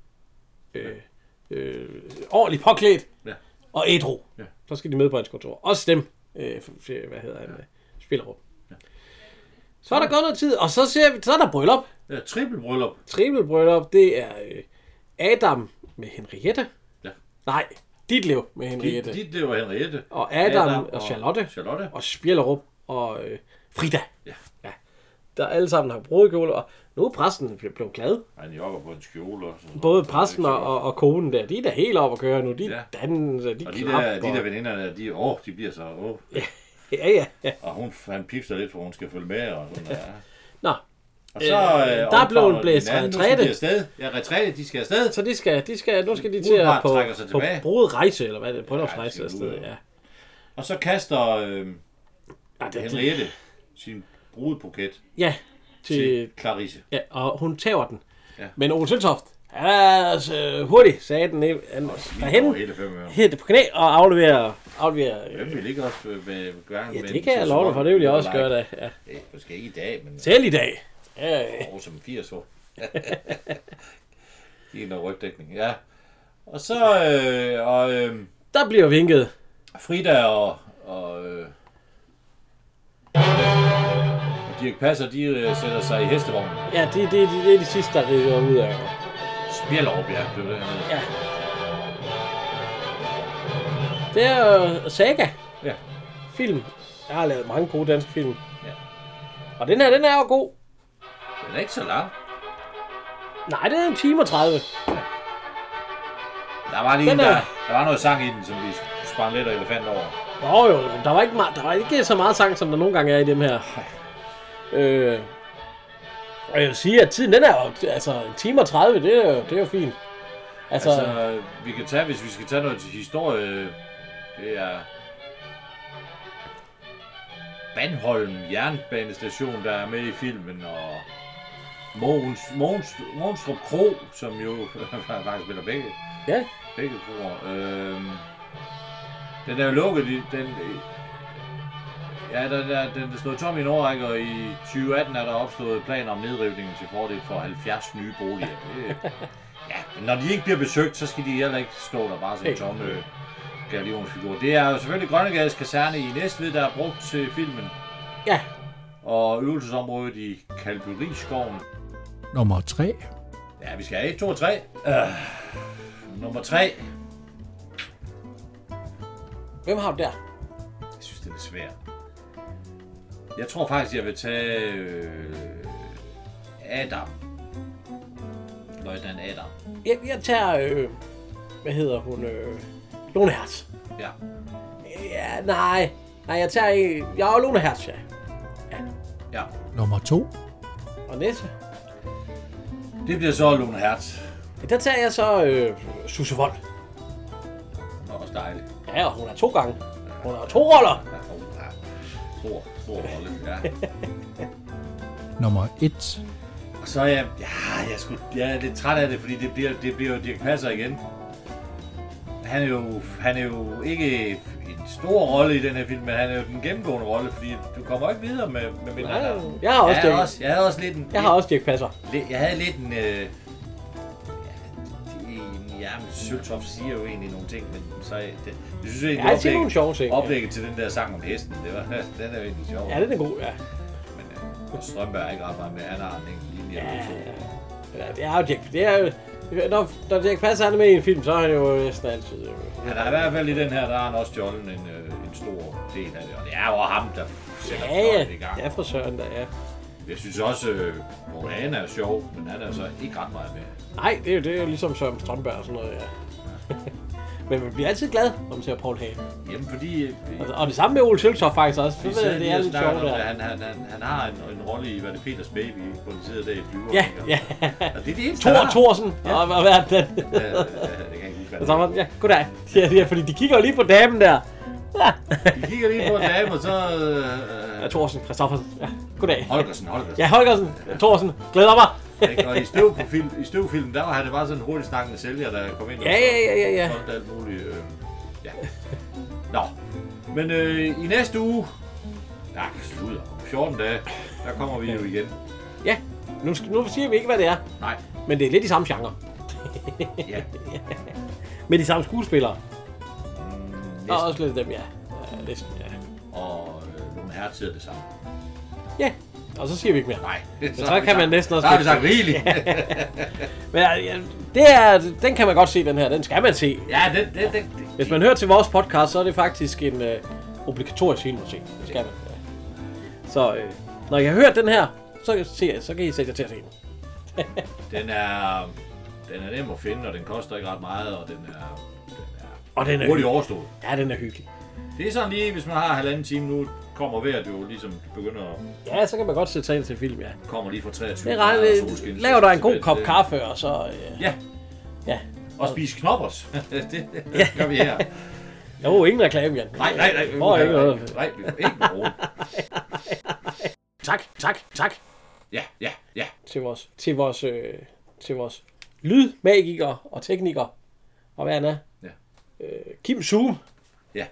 S2: Ordentligt påklædt. Ja. Og ædru. Ja. Så skal de med på hans kontor. Også dem. Spillerum. Ja. Så er der gået noget tid, og så er der bryllup.
S3: Ja, trippelbryllup.
S2: Trippelbryllup, det er Adam med Henriette.
S3: Ja.
S2: Nej, Ditlev med Henriette.
S3: Ditlev og Henriette.
S2: Og Adam og Charlotte. Og Spjellerup og Frida.
S3: Ja.
S2: Der alle sammen har brudekjole, og nu er præsten blevet glad.
S3: Han jogger på en skjole.
S2: Både præsten og konen der, de er da helt op at køre nu. De danser,
S3: de klapper. Og de der veninder der, de bliver så...
S2: Ja.
S3: Og han pifter lidt, for hun skal følge med. Og sådan,
S2: Nå.
S3: Og så
S2: der er blevet blæst
S3: retræte. Ja, retræte, de skal afsted.
S2: Så nu skal de til at på brudrejse, eller hvad det er, bryllupsrejse afsted, ja.
S3: Og så kaster Henriette sin brudebuket til Clarisse. Ja, og hun tager den. Ja. Men Ole Søltoft, han er altså hurtigt, sagde den derhen, helt på knæ og afleverer. Hvem vil ikke også med gang?
S2: Ja, det kan jeg love dig for, det vil jeg også gøre da. Ja.
S3: Måske ikke i dag, men...
S2: Selv i dag.
S3: Ja. Som 80 år. I noget rygdækning, ja. Og så...
S2: der bliver vinket.
S3: Frida og Dirch Passer, de sætter sig i hestevognen.
S2: Ja, det er de sidste, der rider ud af.
S3: Spjellerup, ja, det var det hernede.
S2: Ja. Det er Saga.
S3: Ja.
S2: Film. Jeg har lavet mange gode danske film. Ja. Og den er jo god.
S3: Den er ikke så lang.
S2: Nej, det er 1 time og 30. Ja.
S3: Der var lige der var noget sang i den, som vi sprang lidt af elefant over.
S2: Jo, der var ikke så meget sang, som der nogle gange er i dem her. Og jeg vil sige, at tiden, den er jo, altså 1 time og 30, det er jo fint.
S3: Altså, vi kan tage, hvis vi skal tage noget til historie, det er Bandholm Jernbanestation, der er med i filmen, og Monstrup Kro, som jo faktisk spiller begge kroer. Den er jo lukket, den stod tom i en årrække, og i 2018 er der opstået planer om nedrivningen til fordel for 70 nye boliger. Men når de ikke bliver besøgt, så skal de heller ikke stå der bare som tomme galionsfigurer. Det er jo selvfølgelig Grønnegades kaserne i Næstved, der er brugt til filmen.
S2: Ja.
S3: Og øvelsesområdet i Kalberiskoven.
S1: Nummer 3.
S3: Ja, vi skal have 1, 2 og 3. Nummer 3.
S2: Hvem har du der?
S3: Jeg synes, det er lidt svært. Jeg tror faktisk, jeg vil tage Adam. Løjtnant Adam.
S2: Jeg tager, hvad hedder hun? Lone Hertz.
S3: Ja.
S2: Ja, nej, jeg tager Lone Hertz,
S3: ja.
S1: Nummer 2.
S2: Og næste?
S3: Det bliver så Lone Hertz.
S2: Der tager jeg så Susse Wold.
S3: Det er også dejligt.
S2: Ja, og hun er 2 gange. Hun har 2 roller.
S3: Stor rolle, ja.
S1: Nummer 1.
S3: Og så er jeg er lidt træt af det, fordi det bliver jo Dirch Passer igen. Han er jo ikke en stor rolle i den her film, men han er jo den gennemgående rolle, fordi du kommer ikke videre med min anden.
S2: Jeg har også Dirch Passer.
S3: Jeg havde lidt en... Søltoft siger jo egentlig nogle ting, men så jeg synes egentlig, oplægget til den der sang om hesten, den er jo egentlig sjov.
S2: Ja, den er god, ja.
S3: Men Strømberg er ikke ret meget med, han har en enkelt linje.
S2: Ja, det er jo Dirch. Det er jo, når Dirch Passer er med i en film, så er han jo næsten altid.
S3: Han er i hvert fald i den her, der har han også stjålet en stor del af det, og det er jo ham, der sætter plottet i gang.
S2: Ja, for søren da, ja.
S3: Jeg synes også, Moran er sjov, men han er så ikke ret meget med.
S2: Nej, det er jo ligesom Søren Strømberg og sådan noget, ja. Men man bliver altid glad, når man ser Paul Hagen.
S3: Jamen, fordi...
S2: Altså, og det samme med Ole Søltoft faktisk også.
S3: Vi
S2: Det er lidt sjovt der.
S3: Han har en rolle i, hvad det Peters Baby, hvor de sidder der i flyver.
S2: Ja, ja.
S3: Og det er det eneste,
S2: Thorsen.
S3: Ja.
S2: Og hvad er det?
S3: Det kan jeg ikke huske, hvad
S2: ja, goddag. Ja, fordi de kigger jo lige på damen der. Ja.
S3: De kigger lige på damen, og så...
S2: Ja, Thorsen, Christoffersen. Ja, goddag.
S3: Holgersen.
S2: Ja, Holgersen. Thorsen. Glæder mig.
S3: Og i støvfilmen, der var han det bare sådan en hurtigt snakkende sælger, der kom ind og
S2: ja.
S3: solgte alt muligt. Ja. Nå, men i næste uge, slutter om 14 dage, der kommer vi jo igen.
S2: Ja, nu siger vi ikke, hvad det er.
S3: Nej.
S2: Men det er lidt i samme genre.
S3: Ja.
S2: Med de samme skuespillere. Og også lidt dem, ja. Næsten, ja.
S3: Og nogle herrer sidder det samme.
S2: Ja. Og så siger vi ikke mere.
S3: Nej.
S2: Så kan man næsten også...
S3: Så har vi sagt rigeligt.
S2: Men den kan man godt se, den her. Den skal man se.
S3: Ja, den.
S2: Hvis man hører til vores podcast, så er det faktisk en obligatorisk film at se. Det skal man. Ja. Så når jeg har hørt den her, så kan I sætte jer til at se den.
S3: Den er nem at finde, og den koster ikke ret meget, og den er hurtigt overstået.
S2: Ja, den er hyggelig.
S3: Det er sådan lige, hvis man har 1,5 time nu, kommer vejret jo ligesom begynder at...
S2: Ja, så kan man godt sætte sig ind til film, ja.
S3: Kommer lige fra 23
S2: det er solskin. Laver der en god kop kaffe, og så... Ja.
S3: Og spise knoppers. det gør vi her.
S2: Jo, ingen reklame, Jan.
S3: Nej.
S2: Ikke noget.
S3: Nej, ikke noget.
S2: Tak.
S3: Ja.
S2: Til vores lydmagikere og teknikere. Og hvad han er.
S3: Ja.
S2: Kim Zoom.
S3: Ja.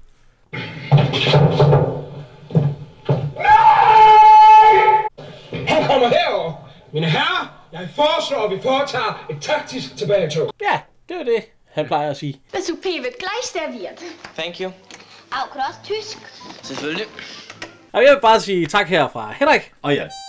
S9: Han kommer herover. Mine herrer, jeg foreslår, at vi foretager et taktisk tilbagetog.
S2: Ja, det er det, han plejer at sige.
S13: Das Souper wird gleich serviert.
S14: Thank you.
S13: Auch kan du også tysk?
S14: Selvfølgelig.
S2: Og jeg vil bare sige tak her fra Henrik
S3: og Jan.